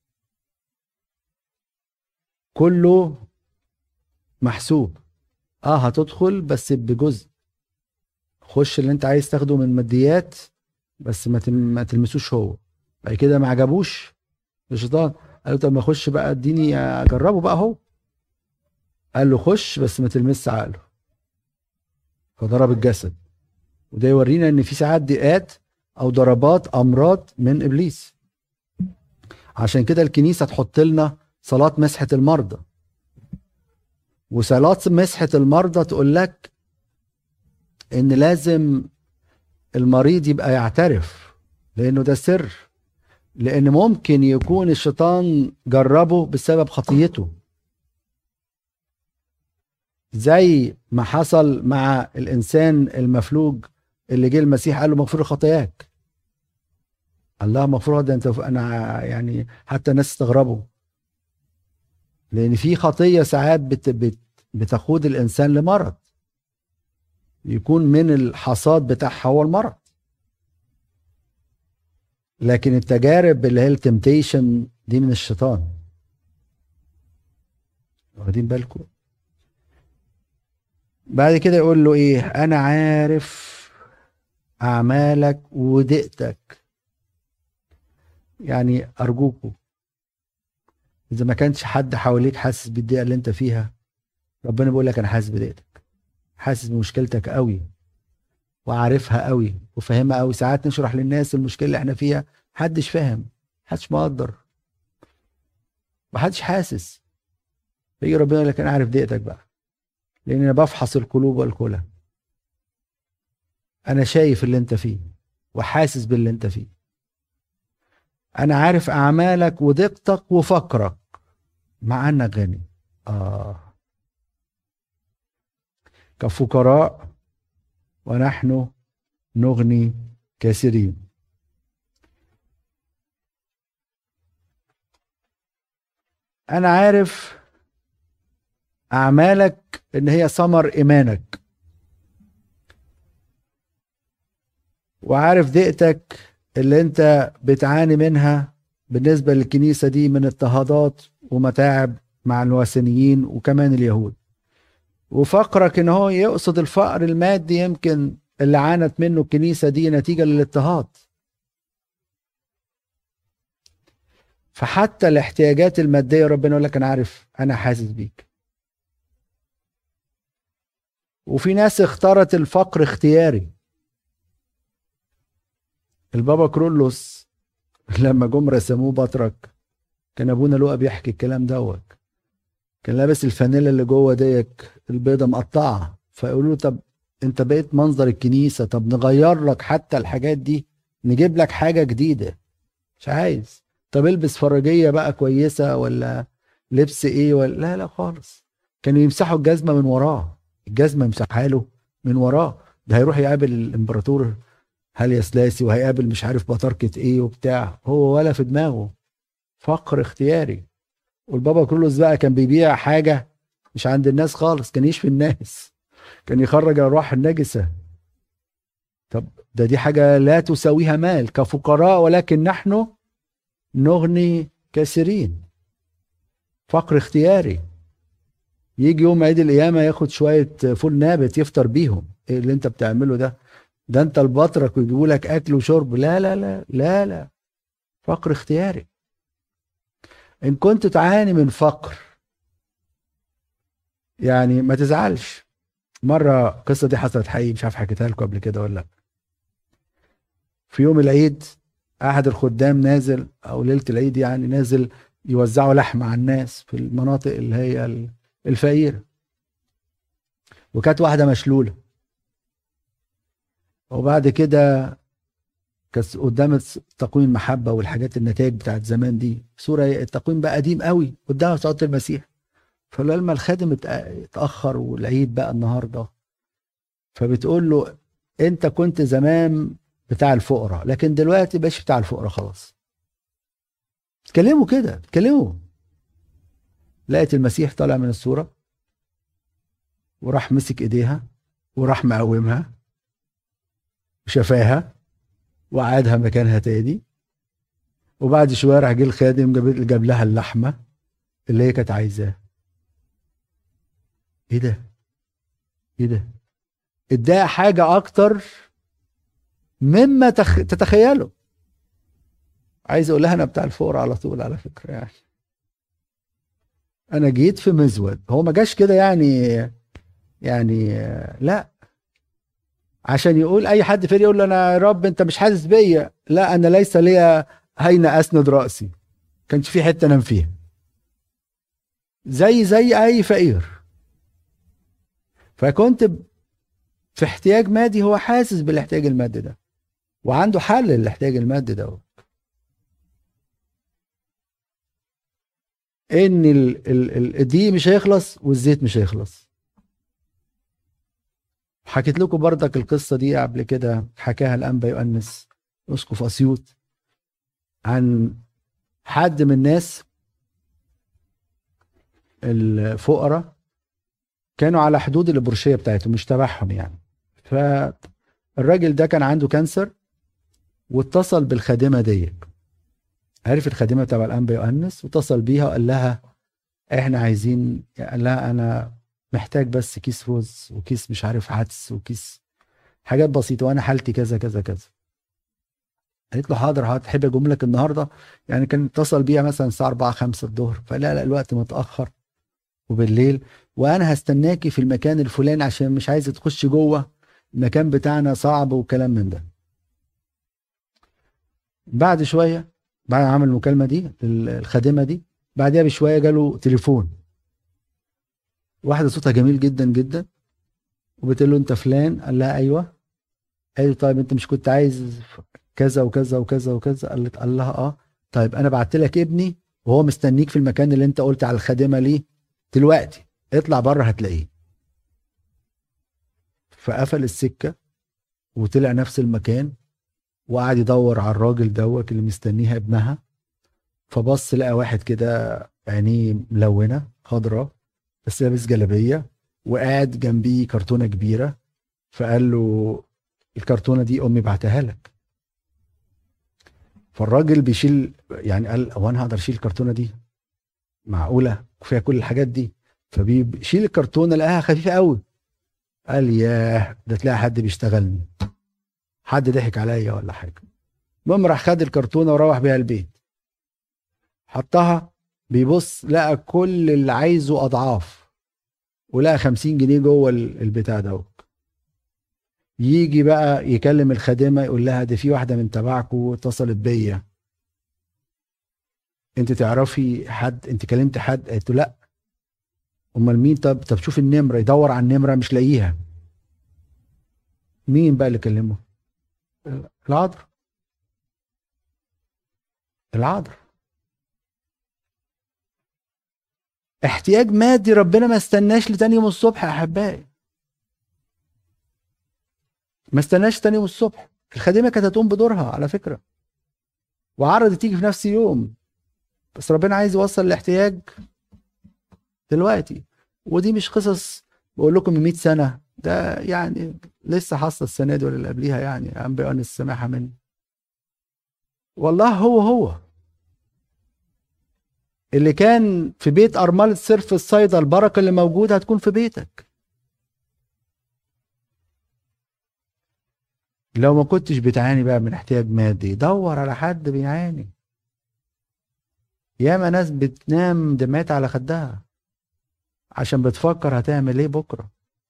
كله محسوب. اه هتدخل بس بجزء. خش اللي انت عايز تاخده من ماديات، بس ما ما تلمسوش هو. بعد كده ما عجبوش الشيطان، قال له طب ما اخش بقى اديني اجربه بقى هو. قال له خش بس ما تلمسش عقله، فضرب الجسد. وده يورينا ان في ساعات ضيقات او ضربات امراض من ابليس. عشان كده الكنيسه تحط لنا صلاه مسحه المرضى، وصلاه مسحه المرضى تقول لك ان لازم المريض يبقى يعترف، لانه ده سر. لان ممكن يكون الشيطان جربه بسبب خطيته، زي ما حصل مع الانسان المفلوج اللي جه المسيح قال له مغفور خطاياك. الله مغفور؟ ده انت انا يعني حتى الناس استغربوا، لان في خطيه ساعات بت بت بتقود الانسان لمرض، يكون من الحصاد بتاعها هو المرض. لكن التجارب اللي هي التمتيشن دي من الشيطان. واخدين بالكم؟ بعد كده يقول له ايه؟ انا عارف اعمالك ودقتك. يعني ارجوكوا اذا ما كانش حد حواليك حاسس بالدقه اللي انت فيها، ربنا بيقول لك انا حاسس بدقتك، حاسس بمشكلتك قوي وعارفها قوي وفاهمها قوي. ساعات نشرح للناس المشكله اللي احنا فيها، محدش فاهم، محدش مقدر، محدش حاسس. يجي ربنا يقول لك انا عارف ضيقتك بقى، لان انا بفحص القلوب والكلى. انا شايف اللي انت فيه وحاسس باللي انت فيه. انا عارف اعمالك وضيقتك وفقرك مع انك غني. اه كفقراء ونحن نغني كثيرين. انا عارف اعمالك ان هي ثمر ايمانك، وعارف ضيقتك اللي انت بتعاني منها بالنسبة للكنيسة دي من اضطهادات ومتاعب مع الوثنيين وكمان اليهود. وفقرك ان هو يقصد الفقر المادي يمكن اللي عانت منه الكنيسة دي نتيجة للاضطهاد. فحتى الاحتياجات المادية ربنا يقول لك انا عارف، انا حاسس بيك. وفي ناس اختارت الفقر اختياري. البابا كرولوس لما جم رسموه بطرك، كان ابونا لوقا بيحكي الكلام دوت، كان لابس الفانيلا اللي جوه ديك البيضه مقطعه، فيقولوا له طب انت بقيت منظر الكنيسه، طب نغير لك حتى الحاجات دي، نجيب لك حاجه جديده. مش عايز. طب البس فرجيه بقى كويسه ولا لبس ايه ولا لا لا خالص. كانوا يمسحوا الجزمه من وراه، الجزمه يمسحها له من وراه. ده هيروح يقابل الامبراطور هاليا سلاسي وهيقابل مش عارف بطاركة ايه وبتاع، هو ولا في دماغه. فقر اختياري. والبابا كرولوس بقى كان بيبيع حاجة مش عند الناس خالص، كان يشفي الناس، كان يخرج الارواح النجسة. طب ده دي حاجة لا تساويها مال. كفقراء ولكن نحن نغني كثيرين. فقر اختياري. يجي يوم عيد القيامة ياخد شوية فول نابت يفطر بيهم. ايه اللي انت بتعمله ده؟ ده انت البطرك ويجيبوا لك اكل وشرب. لا لا لا لا لا. فقر اختياري. ان كنت تعاني من فقر يعني ما تزعلش. مرة القصة دي حصلت حقيقي، مش عارف حكيتها لكم قبل كده ولا لا. في يوم العيد احد الخدام نازل، او ليلة العيد يعني، نازل يوزعوا لحم على الناس في المناطق اللي هي الفقيرة. وكانت واحدة مشلولة. وبعد كده كانت قدام تقويم المحبة والحاجات النتائج بتاعت زمان دي صورة، التقويم بقى قديم قوي قدام صلاة المسيح. فلما الخادم اتأخر والعيد بقى النهاردة، فبتقول له انت كنت زمان بتاع الفقراء لكن دلوقتي بقاش بتاع الفقراء خلاص. اتكلموا كده، اتكلموا. لقيت المسيح طالع من الصورة وراح مسك ايديها وراح مقومها وشفاها وقعدها مكانها تاني. وبعد شويه راح جه الخادم جاب, جاب لها اللحمه اللي هي كانت عايزاه. ايه ده؟ ايه ده؟ اداها حاجه اكتر مما تخ... تتخيله. عايز اقول لها انا بتاع الفقراء على طول على فكره. يعني انا جيت في مزود، هو ما جاش كده يعني يعني لا عشان يقول اي حد فينا يقول له انا يا رب انت مش حاسس بيا. لا، انا ليس لي هين اسند راسي. كانش في حته انام فيها. زي زي اي فقير. فكنت في احتياج مادي، هو حاسس بالاحتياج المادي ده وعنده حل للاحتياج المادي ده. ان الدقيق مش هيخلص والزيت مش هيخلص. حكيت لكم بردك القصة دي قبل كده، حكاها الأنبا يؤنس أسقف أسيوط عن حد من الناس الفقراء كانوا على حدود البرشية بتاعتهم، مش تبعهم يعني. فالراجل ده كان عنده كانسر واتصل بالخادمة دي، عرف الخادمة تبع الأنبا يؤنس واتصل بيها وقال لها احنا عايزين، قال لها انا محتاج بس كيس رز وكيس مش عارف عدس وكيس حاجات بسيطه وانا حالتي كذا كذا كذا. قالت له حاضر حاضر، تحب اجيب لك النهارده؟ يعني كان اتصل بيها مثلا الساعه أربعة خمسة الظهر، فلا لا الوقت متاخر وبالليل، وانا هستناكي في المكان الفلاني عشان مش عايزه تخش جوه، المكان بتاعنا صعب وكلام من ده. بعد شويه، بعد ما عمل المكالمه دي الخادمه دي، بعدها بشويه جاله تليفون، واحده صوتها جميل جدا جدا، وبتقول له انت فلان؟ قال لها ايوه. قال له طيب انت مش كنت عايز كذا وكذا وكذا وكذا؟ قالت قال لها اه. طيب انا بعت لك ابني وهو مستنيك في المكان اللي انت قلت على الخادمه ليه دلوقتي، اطلع بره هتلاقيه. فقفل السكه وطلع نفس المكان، وقعد يدور على الراجل دوت اللي مستنيها ابنها. فبص لقى واحد كده عينيه ملونه خضراء بس لابس جلابيه، وقاعد جنبيه كرتونه كبيره. فقال له الكرتونه دي امي بعتها لك. فالراجل بيشيل، يعني قال هو انا هقدر اشيل الكرتونه دي؟ معقوله فيها كل الحاجات دي؟ فبيشيل الكرتونه لقاها خفيفه قوي. قال ياه، ده تلاقي حد بيشتغلني، حد ضحك عليا ولا حاجه. المهم راح خد الكرتونه وروح بيها البيت، حطها، بيبص لقى كل اللي عايزه اضعاف، ولقى خمسين جنيه جوه البتاع دوت. يجي بقى يكلم الخادمه يقول لها دي في واحده من تبعكم اتصلت بيا، انت تعرفي حد؟ انت كلمت حد؟ قالت له لا. امال مين؟ طب طب شوف النمره. يدور على النمره مش لاقيها. مين بقى اللي كلمه؟ العذراء. العذراء. احتياج مادي ربنا ما استناش لتاني يوم الصبح يا احبائي، ما استناش تاني يوم الصبح. الخادمه كانت هتقوم بدورها على فكره، وعرضت تيجي في نفس اليوم، بس ربنا عايز يوصل الاحتياج دلوقتي. ودي مش قصص بقول لكم من مئة سنه، ده يعني لسه حاصله السنه دي ولا اللي قبليها، يعني انبئ ان السماحه مني. والله هو هو اللي كان في بيت ارمله سرف الصيدا، البركه اللي موجوده هتكون في بيتك. لو ما كنتش بتعاني بقى من احتياج مادي، دور على حد بيعاني. ياما ناس بتنام دمعت على خدها عشان بتفكر هتعمل ايه بكره.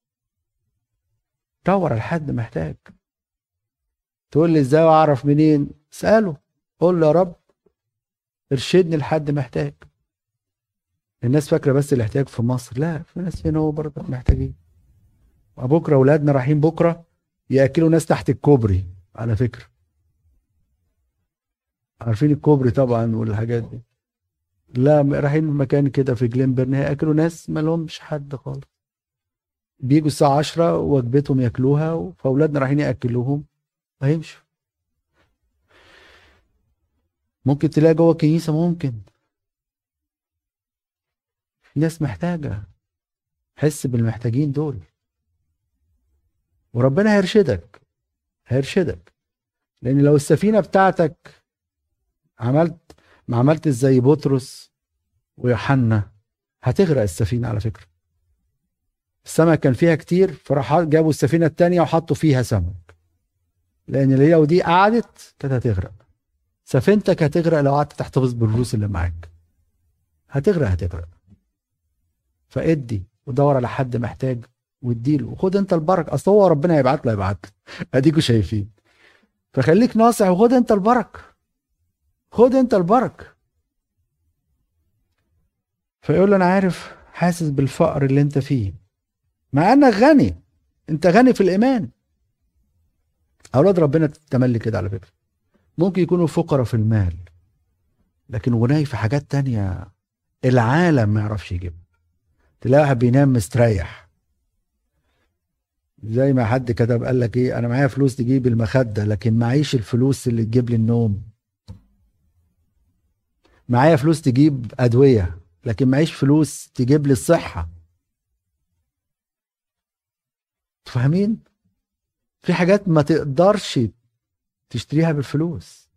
دور على حد محتاج. تقول لي ازاي واعرف منين؟ اساله، قول له يا رب ارشدني لحد محتاج. الناس فاكره بس الاحتياج في مصر، لا، في ناس هنا هو برضه محتاجين. وبكره اولادنا رايحين بكره ياكلوا ناس تحت الكوبري على فكره. عارفين الكوبري طبعا والحاجات دي. لا، رايحين مكان كده في جليمبرن هياكلوا ناس ما لهمش حد خالص. بيجوا الساعه عشرة وجبتهم ياكلوها، فاولادنا رايحين ياكلوهم هيمشوا. ممكن تلاقي جوه الكنيسه، ممكن في ناس محتاجه. حس بالمحتاجين دول وربنا هيرشدك، هيرشدك. لان لو السفينه بتاعتك عملت ما عملتش زي بطرس ويوحنا هتغرق السفينه على فكره. السمك كان فيها كتير، فراح جابوا السفينه الثانيه وحطوا فيها سمك، لان اللي هي ودي قعدت كانت هتغرق. سفينتك هتغرق لو قعدت تحتفظ بالفلوس اللي معاك، هتغرق هتغرق. فادي ودور على حد محتاج واديله، وخد انت البركه. اصل هو ربنا هيبعت له هيبعت له اديكوا شايفين. فخليك ناصح وخد انت البركه، خد انت البركه. فيقول له انا عارف، حاسس بالفقر اللي انت فيه، مع انك غني، انت غني في الايمان. اولاد ربنا تملي كده على فكره، ممكن يكونوا فقراء في المال لكن غني في حاجات تانية العالم ما يعرفش يجيبها. تلاقي واحد بينام مستريح، زي ما حد كتب قال لك ايه، انا معايا فلوس تجيب المخده لكن معيش الفلوس اللي تجيب لي النوم. معايا فلوس تجيب ادويه لكن معيش فلوس تجيب لي الصحه. فاهمين؟ في حاجات ما تقدرش تشتريها بالفلوس.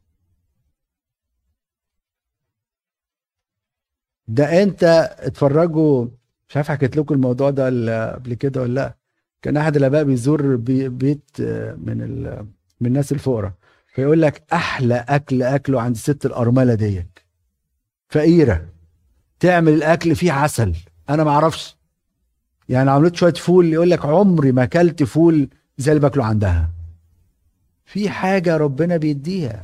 ده انت اتفرجوا، مش عارف حكيت لكم الموضوع ده قبل كده ولا لا. كان احد الاباء بيزور بي بيت من ال من الناس الفقراء، فيقول لك احلى اكل اكله عند ست الارمله ديت، فقيره، تعمل الاكل فيه عسل انا ما اعرفش، يعني عملت شويه فول يقول لك عمري ما اكلت فول زي اللي باكله عندها. في حاجه ربنا بيديها.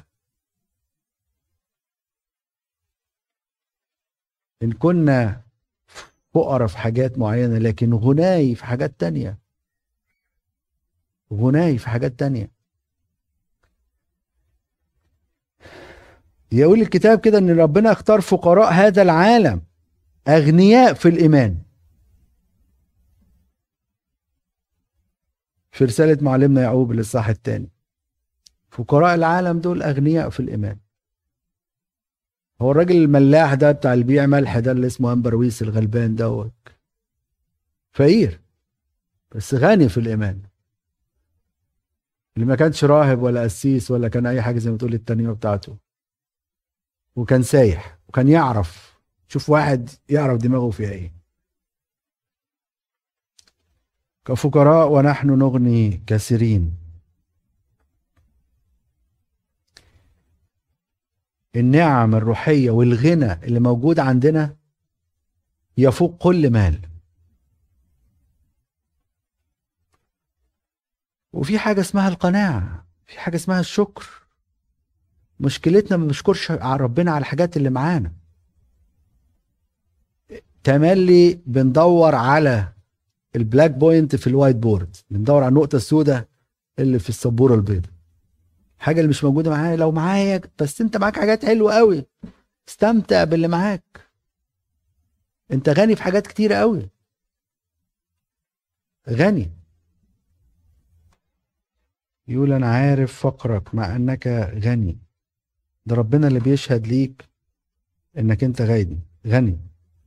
ان كنا فقراء في حاجات معينه، لكن غناي في حاجات تانية، غناي في حاجات تانية. يقول الكتاب كده ان ربنا اختار فقراء هذا العالم اغنياء في الايمان. في رسالة معلمنا يعقوب الاصحاح الثاني، فقراء العالم دول اغنياء في الايمان. هو الراجل الملاح ده بتاع البيع ملح ده اللي اسمه امبرويس الغلبان دوت فقير بس غني في الايمان، اللي ما كانش راهب ولا قسيس ولا كان اي حاجه زي ما تقول الترنيمه بتاعته، وكان سايح وكان يعرف. شوف واحد يعرف دماغه فيها ايه. كفقراء ونحن نغني كثيرين. النعم الروحيه والغنى اللي موجود عندنا يفوق كل مال. وفي حاجه اسمها القناعه، في حاجه اسمها الشكر. مشكلتنا ما بنشكرش على ربنا على الحاجات اللي معانا، تملي بندور على البلاك بوينت في الوايت بورد، بندور على النقطه السوداء اللي في السبوره البيضاء، حاجه اللي مش موجوده معايا. لو معايا بس انت معاك حاجات حلوه قوي، استمتع باللي معاك. انت غني في حاجات كتيره قوي، غني. يقول انا عارف فقرك مع انك غني. ده ربنا اللي بيشهد ليك انك انت غني غني.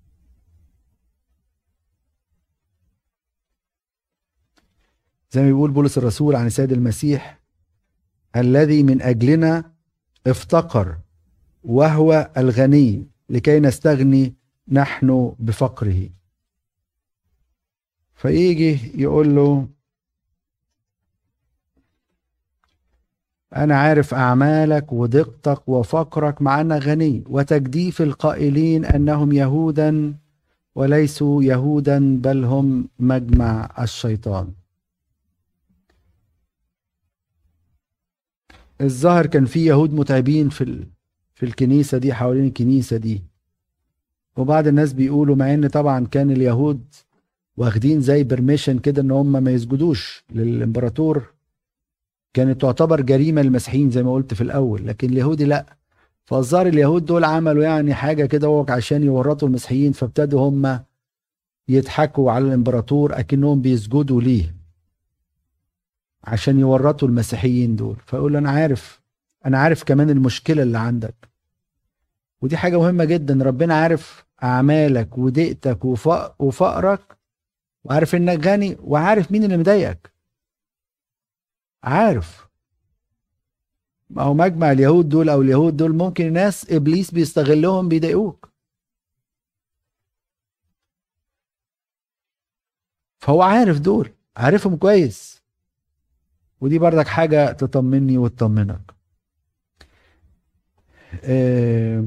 زي ما بيقول بولس الرسول عن السيد المسيح الذي من اجلنا افتقر وهو الغني لكي نستغني نحن بفقره. فيجي يقول له أنا عارف أعمالك ودقتك وفقرك مع أنك غني، وتجديف القائلين أنهم يهودا وليسوا يهودا بل هم مجمع الشيطان. الظاهر كان في يهود متعبين في في الكنيسة دي، حوالين الكنيسة دي. وبعض الناس بيقولوا مع ان طبعا كان اليهود واخدين زي برميشن كده ان هم ما يسجدوش للامبراطور، كانت تعتبر جريمة للمسيحيين زي ما قلت في الاول، لكن اليهودي لا. فالظاهر اليهود دول عملوا يعني حاجة كده عشان يورطوا المسيحيين، فابتدوا هم يضحكوا على الامبراطور اكنهم بيسجدوا ليه عشان يورطوا المسيحيين دول. فاقول انا عارف، انا عارف كمان المشكلة اللي عندك، ودي حاجة مهمة جدا. ربنا عارف اعمالك ودقتك وفقرك، وعارف انك غني، وعارف مين اللي مضايقك، عارف. ما هو مجمع اليهود دول او اليهود دول ممكن ناس ابليس بيستغلهم بيضايقوك، فهو عارف دول، عارفهم كويس. ودي بردك حاجة تطمني وتطمنك. اه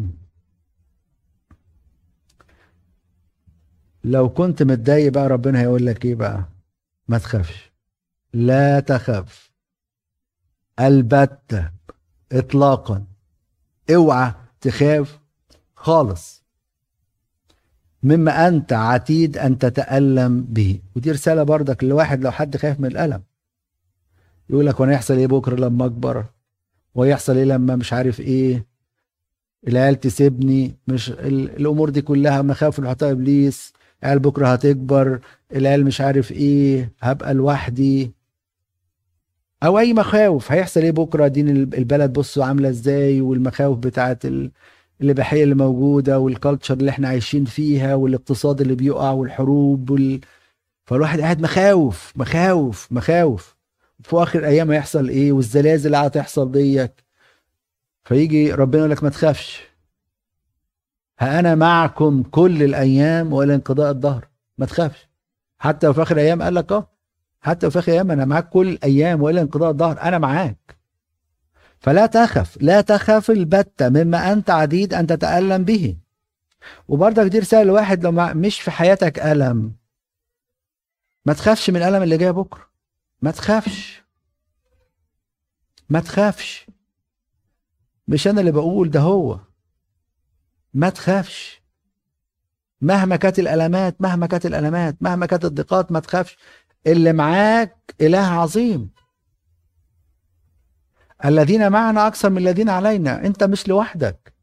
لو كنت متضايق بقى ربنا هيقول لك ايه بقى؟ ما تخافش، لا تخاف البتة اطلاقا، اوعى تخاف خالص مما انت عتيد ان تتألم به. ودي رسالة بردك لواحد لو حد خايف من الألم، يقول لك وانا يحصل ايه بكرة لما اكبر، ويحصل ايه لما مش عارف ايه، العيال تسيبني، مش الامور دي كلها مخاوف اللي حطها ابليس. العيال بكرة هتكبر، العيال مش عارف ايه، هبقى لوحدي، او اي مخاوف. هيحصل ايه بكرة، دين البلد بصوا عاملة ازاي، والمخاوف بتاعت الاباحية اللي موجودة، والكالتشر اللي احنا عايشين فيها، والاقتصاد اللي بيقع، والحروب وال... فالواحد قاعد مخاوف مخاوف مخاوف. في اخر ايام هيحصل ايه، والزلازل اللي هتحصل ديك. فيجي ربنا يقول لك ما تخافش، ها انا معكم كل الايام والى انقضاء الدهر. ما تخافش، حتى وفي اخر ايام قال لك اه حتى وفي اخر ايام انا معاك كل الايام والى انقضاء الدهر، انا معاك. فلا تخف، لا تخف البتة مما انت عديد ان تتألم به. وبرضك دي رسالة لواحد لو مش في حياتك ألم، ما تخافش من الألم اللي جاي بكرة، ما تخافش ما تخافش، مش أنا اللي بقول، ده هو. ما تخافش مهما كانت الألمات، مهما كانت الألمات مهما كانت الضيقات، ما تخافش، اللي معاك إله عظيم. الذين معنا أكثر من الذين علينا، أنت مش لوحدك.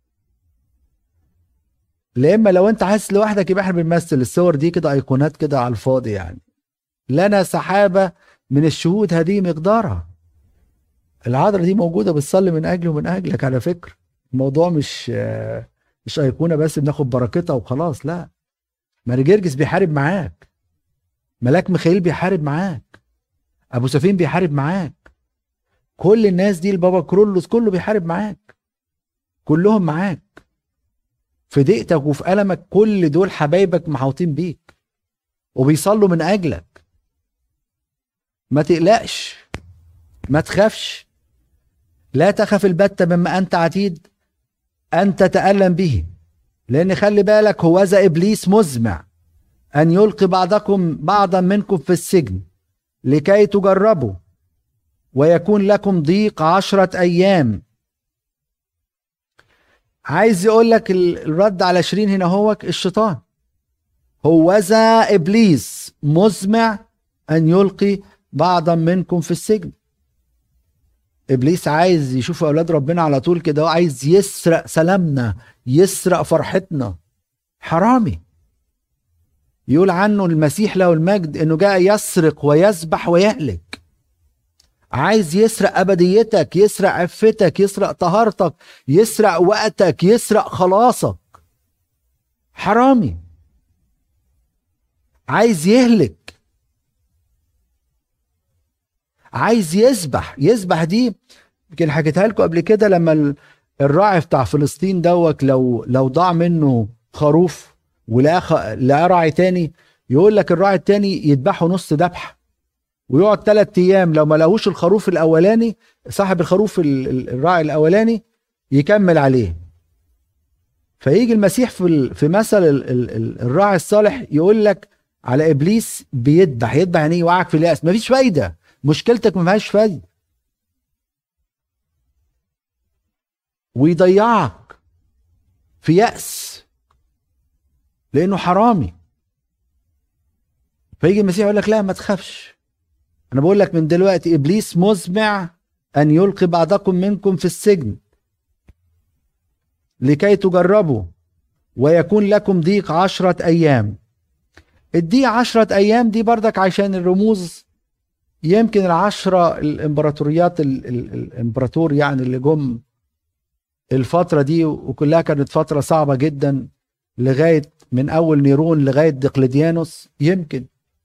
لأما لو أنت حاسس لوحدك يبقى احنا بنمثل الصور دي كده أيقونات كده على الفاضي يعني. لنا سحابة من الشهود هذه مقدارها. العذراء دي موجودة بتصلي من أجله ومن أجلك على فكرة. الموضوع مش مش أيقونة بس بناخد بركتها وخلاص، لا. ماري جرجس بيحارب معاك، ملاك ميخائيل بيحارب معاك، أبو سفين بيحارب معاك، كل الناس دي، البابا كرولوس كله بيحارب معاك، كلهم معاك في ضيقتك وفي ألمك. كل دول حبايبك محاوطين بيك وبيصلوا من أجلك. ما تقلقش، ما تخافش، لا تخف البتة مما أنت عتيد أن تتألم به، لأن خلي بالك هوذا إبليس مزمع أن يلقي بعضكم بعضا منكم في السجن لكي تجربوا ويكون لكم ضيق عشرة أيام. عايز يقول لك الرد على شيرين هنا هو الشيطان. هوذا إبليس مزمع أن يلقي بعضا منكم في السجن. إبليس عايز يشوف أولاد ربنا على طول كده، وعايز يسرق سلامنا، يسرق فرحتنا. حرامي. يقول عنه المسيح له المجد إنه جاء يسرق ويذبح ويهلك. عايز يسرق أبديتك، يسرق عفتك، يسرق طهارتك، يسرق وقتك، يسرق خلاصك. حرامي. عايز يهلك، عايز يذبح. يذبح دي يمكن حكيتها لكم قبل كده، لما الراعي بتاع فلسطين دوت لو لو ضاع منه خروف ولقى لقى راعي تاني، يقول لك الراعي التاني يذبحه نص ذبحه ويقعد ثلاث ايام، لو ما لقوش الخروف الاولاني صاحب الخروف الراعي الاولاني يكمل عليه. فيجي المسيح في في مثل الراعي الصالح يقول لك على ابليس بيذبح. يذبح يعني يوقعك في اليأس، مفيش فايده، مشكلتك ما فيهاش فايده، ويضيعك في يأس لانه حرامي. فيجي المسيح يقول لك لا ما تخافش، انا بقول لك من دلوقتي ابليس مزمع ان يلقي بعضكم منكم في السجن لكي تجربوا ويكون لكم ضيق عشرة ايام. الضيق عشرة ايام دي بردك عشان الرموز، يمكن العشرة الامبراطوريات الامبراطور يعني اللي جم الفترة دي، وكلها كانت فترة صعبة جدا لغاية من اول نيرون لغاية دقلديانوس، يمكن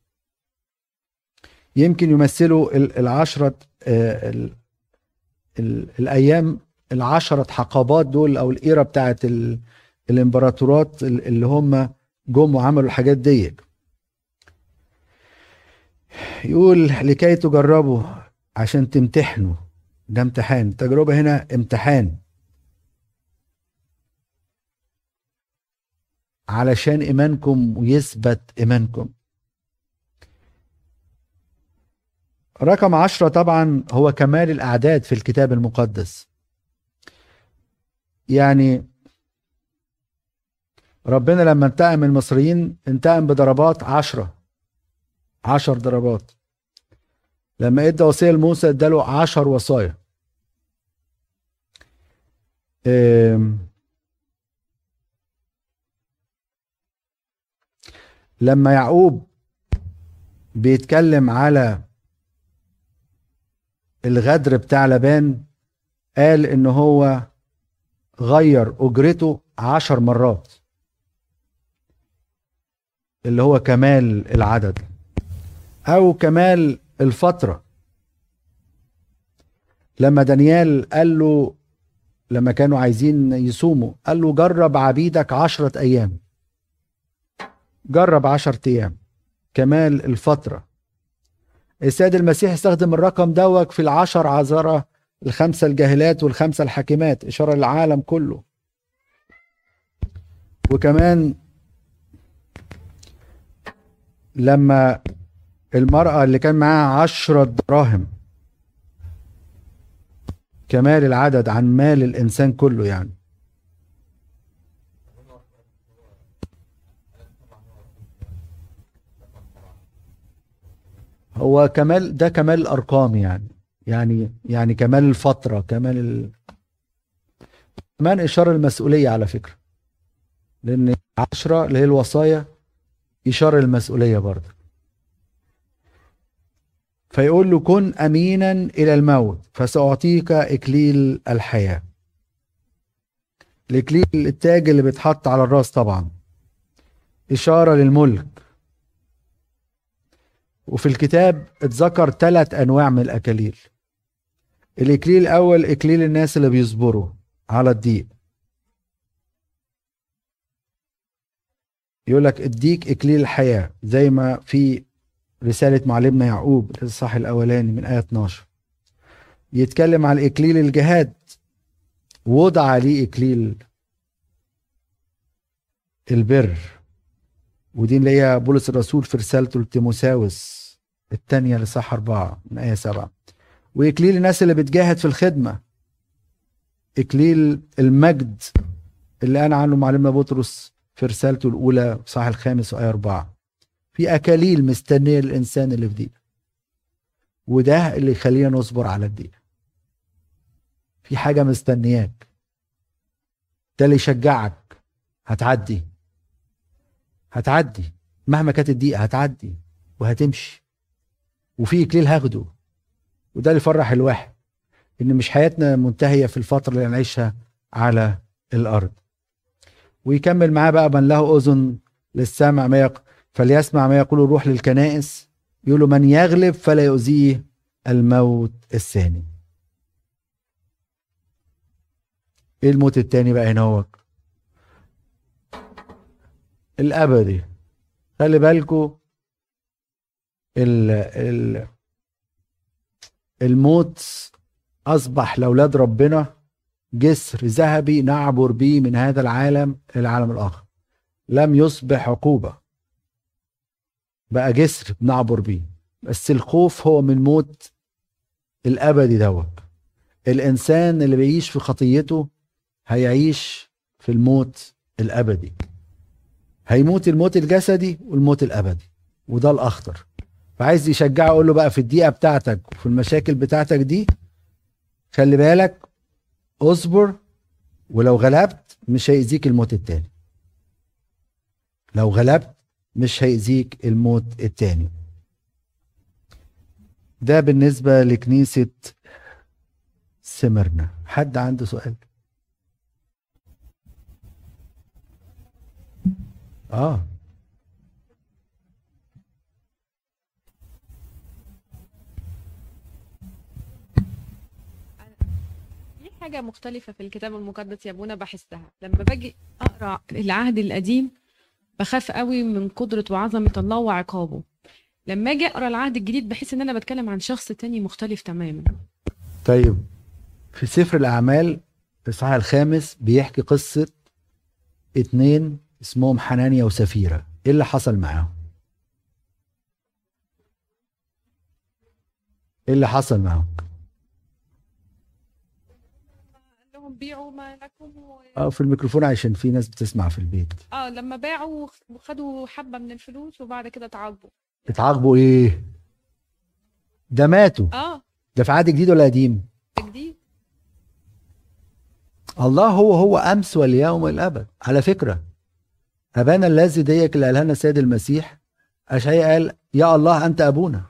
يمكن يمثلوا العشرة ال ال الايام، العشرة حقبات دول او الايرا بتاعت الامبراطورات اللي هم جم وعملوا الحاجات دي. يقول لكي تجربوا، عشان تمتحنوا. ده امتحان، تجربة هنا امتحان علشان ايمانكم ويثبت ايمانكم. رقم عشرة طبعا هو كمال الاعداد في الكتاب المقدس. يعني ربنا لما انتقم من المصريين انتقم بضربات عشرة، عشر ضربات. لما ادى وصية لموسى اداله عشر وصايا. لما يعقوب بيتكلم على الغدر بتاع لبان قال ان هو غير اجرته عشر مرات، اللي هو كمال العدد او كمال الفترة. لما دانيال قال له لما كانوا عايزين يصوموا قال له جرب عبيدك عشرة ايام، جرب عشرة ايام، كمال الفترة. السيد المسيح استخدم الرقم دوت في العشر عذارى، الخمسة الجاهلات والخمسة الحاكمات، اشارة للعالم كله. وكمان لما المرأة اللي كان معاها عشرة دراهم، كمال العدد عن مال الإنسان كله يعني. هو كمال ده كمال الأرقام يعني يعني يعني كمال الفترة، كمال ال... كمان إشارة المسؤولية على فكرة، لأن عشرة اللي هي الوصايا إشارة المسؤولية برضه. فيقول له كن أمينا إلى الموت فسأعطيك إكليل الحياة. الإكليل التاج اللي بيتحط على الراس طبعا، إشارة للملك. وفي الكتاب اتذكر ثلاث أنواع من الأكاليل. الإكليل الأول إكليل الناس اللي بيصبروا على الضيق، يقول لك اديك إكليل الحياة زي ما في رسالة معلمنا يعقوب الإصحاح الأولاني من آية اتناشر. يتكلم عن إكليل الجهاد، وضع عليه إكليل البر، ودي اللي هي بولس الرسول في رسالته لتيموثاوس الثانية لصح أربعة من آية سبعة. وإكليل الناس اللي بتجاهد في الخدمة، إكليل المجد اللي قال عنه معلمنا بطرس في رسالته الأولى صح الخامس وآية أربعة. في أكاليل مستنية الإنسان اللي في دقيقة، وده اللي يخلينا نصبر على الدقيقة. في حاجة مستنياك، ده اللي يشجعك. هتعدي هتعدي مهما كانت الدقيقة، هتعدي وهتمشي، وفي إكليل هاخده. وده اللي يفرح الواحد، إن مش حياتنا منتهية في الفترة اللي نعيشها على الأرض. ويكمل معاه بقى من له أذن للسمع ما يق... فليسمع ما يقول الروح للكنائس. يقول له من يغلب فلا يؤذيه الموت الثاني. ايه الموت الثاني بقى هنا؟ هو الابدي. خلي بالكو ال... ال... الموت اصبح لاولاد ربنا جسر ذهبي نعبر به من هذا العالم للعالم الاخر. لم يصبح عقوبة، بقى جسر بنعبر بيه. بس الخوف هو من موت الابدي دوت. الانسان اللي بيعيش في خطيته هيعيش في الموت الابدي، هيموت الموت الجسدي والموت الابدي، وده الاخطر. فعايز يشجعه، اقول له بقى في الدقيقه بتاعتك وفي المشاكل بتاعتك دي خلي بالك، اصبر، ولو غلبت مش هيأذيك الموت التاني. لو غلبت مش هيأذيك الموت التاني. ده بالنسبة لكنيسة سمرنا. حد عنده سؤال؟ اه في حاجة مختلفة في الكتاب المقدس يا ابونا بحسها لما باجي اقرا العهد القديم، بخاف قوي من قدرة وعظمة الله وعقابه. لما اجي اقرا العهد الجديد بحس ان انا بتكلم عن شخص تاني مختلف تماما. طيب، في سفر الأعمال الإصحاح الخامس بيحكي قصة اتنين اسمهم حنانيا وسفيرة. ايه اللي حصل معاهم؟ ايه اللي حصل معاهم؟ قال لهم بيعوا ما لكم و... اه في الميكروفون عشان في ناس بتسمع في البيت. اه لما باعوا وخدوا حبة من الفلوس وبعد كده تعاقبوا. اتعاقبوا ايه؟ ده ماتوا. اه ده في عهد جديد ولا قديم؟ جديد. الله هو هو امس واليوم والابد. على فكره ابانا الذي ديك اللي قالها لنا السيد المسيح، اشعياء قال يا الله انت ابونا.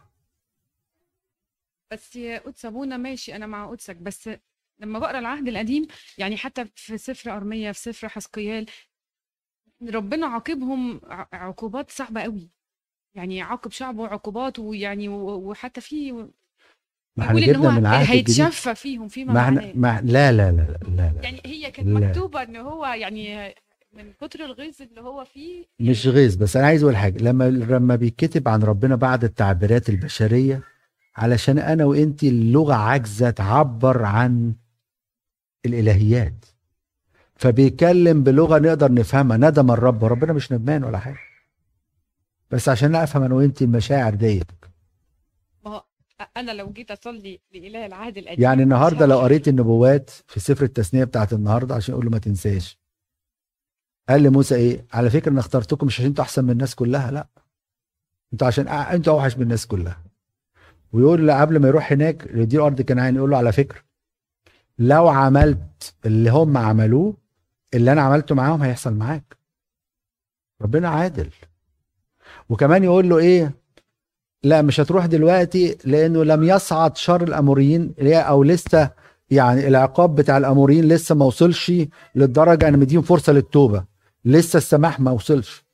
بس يا قدس ابونا ماشي، انا مع قدسك، بس لما بقرا العهد القديم يعني حتى في سفر ارميا في سفر حزقيال ربنا عاقبهم عقوبات صعبه قوي. يعني عاقب شعبه عقوبات، ويعني وحتى في ما احنا بيقول ان جبنا هو من العهد الجديد. هيتشفى فيهم فيما ما احنا معناه. ما لا لا لا لا, لا, لا. يعني هي كانت لا. مكتوبه ان هو يعني من كتر الغيظ اللي هو فيه مش غيظ، بس انا عايز اقول حاجه. لما لما بيتكتب عن ربنا بعد التعبيرات البشريه، علشان انا وانت اللغه عاجزه تعبر عن الالهيات، فبيتكلم بلغه نقدر نفهمها. ندم الرب، وربنا مش ندمان ولا حاجه، بس عشان افهم انا وانت المشاعر ديت. ما هو انا لو جيت اصلي لاله العهد القديم يعني النهارده مش لو هفهم. قريت النبوات في سفر التثنيه بتاعت النهارده عشان اقول له ما تنساش، قال لموسى ايه؟ على فكره انا اخترتكم مش عشان انتوا احسن من الناس كلها، لا، انتوا عشان انتوا اوحش من الناس كلها. ويقول له قبل ما يروح هناك دي ارض كنعان، يقول له على فكره لو عملت اللي هم عملوه اللي انا عملته معاهم هيحصل معاك. ربنا عادل. وكمان يقول له ايه؟ لا مش هتروح دلوقتي لانه لم يصعد شر الاموريين، او لسه يعني العقاب بتاع الاموريين لسه ما وصلش للدرجه انا مديهم فرصه للتوبه، لسه السماح ما وصلش.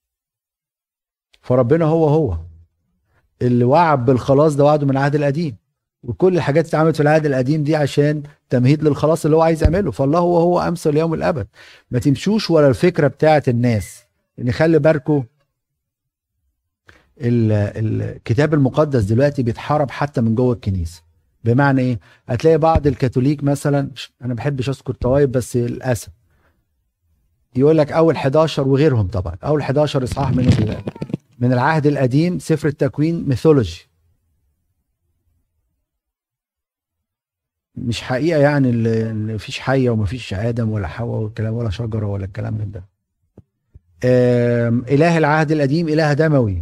فربنا هو هو اللي وعد بالخلاص، ده وعده من العهد القديم، وكل الحاجات اللي اتعملت في العهد القديم دي عشان تمهيد للخلاص اللي هو عايز يعمله. فالله هو هو امس واليوم الابد. ما تمشوش ورا الفكره بتاعت الناس. ان خلي بالكم الكتاب المقدس دلوقتي بيتحارب حتى من جوه الكنيسه. بمعنى ايه؟ هتلاقي بعض الكاثوليك مثلا، انا ما بحبش اذكر طوائف بس للاسف، يقول لك اول حداشر وغيرهم طبعا، اول حداشر اصحاح من من العهد القديم سفر التكوين ميثولوجي، مش حقيقه، يعني اللي مفيش حيه ومفيش ادم ولا حواء والكلام ولا شجره ولا الكلام من ده. اله العهد القديم اله دموي.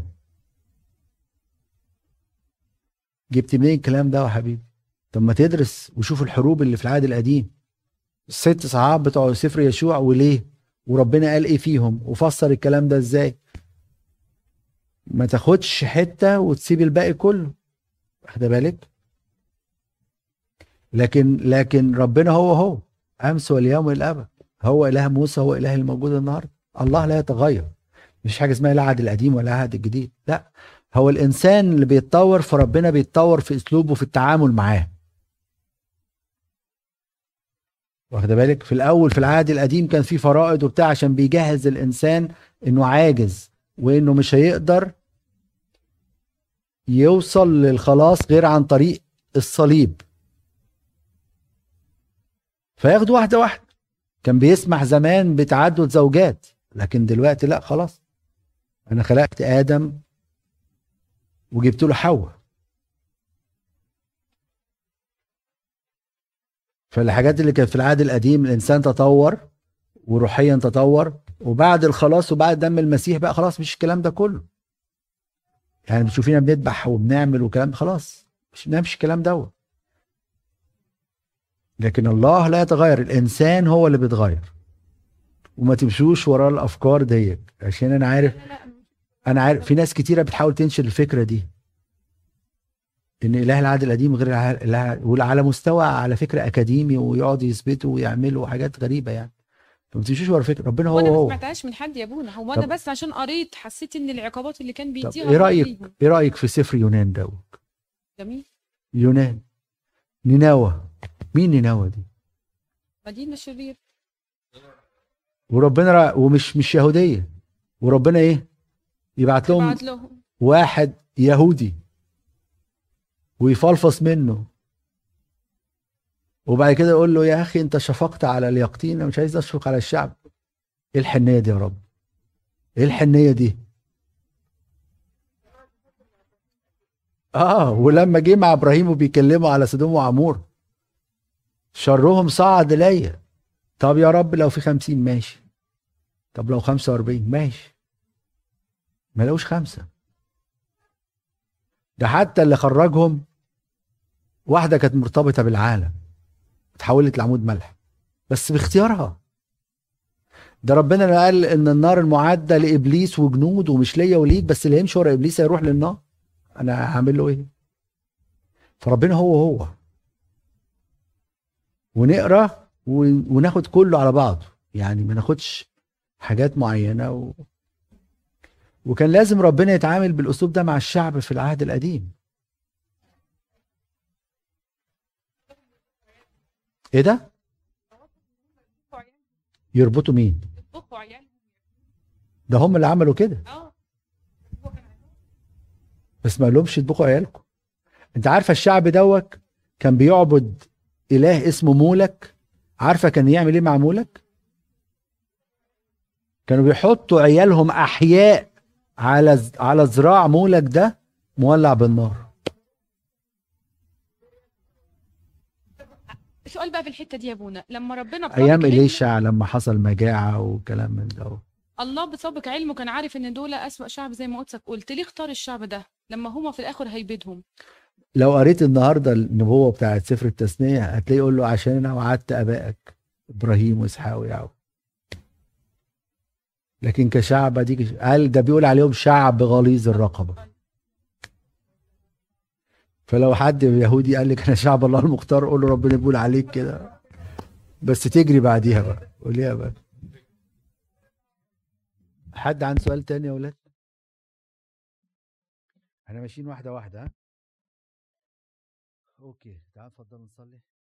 جبت منين الكلام ده يا حبيبي؟ طب ما تدرس وشوف الحروب اللي في العهد القديم، الست صحاب بتوع سفر يشوع وليه، وربنا قال ايه فيهم، وفسر الكلام ده ازاي. ما تاخدش حته وتسيب الباقي كله، واخد بالك؟ لكن لكن ربنا هو هو امس واليوم والابد، هو اله موسى، هو اله الموجود النهارده. الله لا يتغير. مفيش حاجه اسمها العهد القديم ولا العهد الجديد، لا، هو الانسان اللي بيتطور، فربنا بيتطور في اسلوبه في التعامل معاه. واخد بالك؟ في الاول في العهد القديم كان في فرائض وبتاع عشان بيجهز الانسان انه عاجز وانه مش هيقدر يوصل للخلاص غير عن طريق الصليب، فياخد واحده واحده. كان بيسمح زمان بتعدد زوجات، لكن دلوقتي لا، خلاص انا خلقت ادم وجبت له حواء. فالحاجات اللي كانت في العهد القديم الانسان تطور وروحيا تطور، وبعد الخلاص وبعد دم المسيح بقى خلاص مش الكلام ده كله. يعني بتشوفينا بنذبح وبنعمل وكلام، خلاص مش بنمشي الكلام دوت. لكن الله لا يتغير، الانسان هو اللي بيتغير. وما تمشوش ورا الافكار ديت، عشان انا عارف انا عارف في ناس كتيره بتحاول تنشر الفكره دي ان اله العهد القديم غير اله، وعلى مستوى على فكره اكاديمي، ويقعد يثبتوا ويعملوا حاجات غريبه يعني. فما تمشوش ورا فكره، ربنا هو وانا ما هو. سمعتهاش من حد يا ابونا، هو انا بس عشان قريت حسيت ان العقابات اللي كان طب بيديها ايه الله رايك ليهم. ايه رايك في سفر يونان دوت؟ جميل. يونان، نينوى، مين نينوى دي؟ مدينه شرير. وربنا را... ومش مش يهوديه، وربنا ايه؟ يبعت لهم بعت لهم واحد يهودي ويفلفص منه، وبعد كده يقول له يا اخي انت شفقت على اليقطين، انا مش عايز اشفق على الشعب. ايه الحنيه دي يا رب؟ ايه الحنيه دي؟ اه، ولما جه مع ابراهيم وبيكلموا على سدوم وعمور، شرهم صعد ليا. طب يا رب لو في خمسين ماشي، طب لو خمسة واربعين ماشي، ما لقوش خمسة. ده حتى اللي خرجهم واحدة كانت مرتبطة بالعالم، اتحولت لعمود ملح بس باختيارها. ده ربنا اللي قال ان النار المعدة لابليس وجنود ومش ليا وليك، بس اللي يمشي ورا ابليس هيروح للنار، انا هعمل له ايه؟ فربنا هو هو. ونقرا وناخد كله على بعضه، يعني ما ناخدش حاجات معينة و... وكان لازم ربنا يتعامل بالاسلوب ده مع الشعب في العهد القديم. ايه ده؟ يربطوا مين؟ يطبخوا عيالهم. ده هم اللي عملوا كده، اه بس ما لهمش يطبخوا عيالكم. انت عارفه الشعب دوت كان بيعبد اله اسمه مولك. عارفه كان يعمل ايه مع مولك؟ كانوا بيحطوا عيالهم احياء على ز- على ذراع مولك ده مولع بالنار. سؤال بقى في الحته دي يا ابونا، لما ربنا بسابق ايام علمه، اليشع لما حصل مجاعه وكلام من ده. الله بسابق علمه كان عارف ان دول اسوأ شعب زي ما قلت قلت ليه اختار الشعب ده لما هما في الاخر هيبيدهم؟ لو قريت النهارده النبوه بتاعت سفر التثنيه هتلاقي يقول له عشان انا وعدت ابائك ابراهيم واسحاق ويعقوب. لكن كشعب دي قال ده بيقول عليهم شعب غليظ الرقبه. فلو حد يهودي قال لك انا شعب الله المختار قول له ربنا بيقول عليك كده، بس تجري بعديها بقى قوليها بقى. حد عنده سؤال تاني يا ولاد؟ احنا ماشيين واحده واحده. ها اوكي تعال اتفضل نصلي.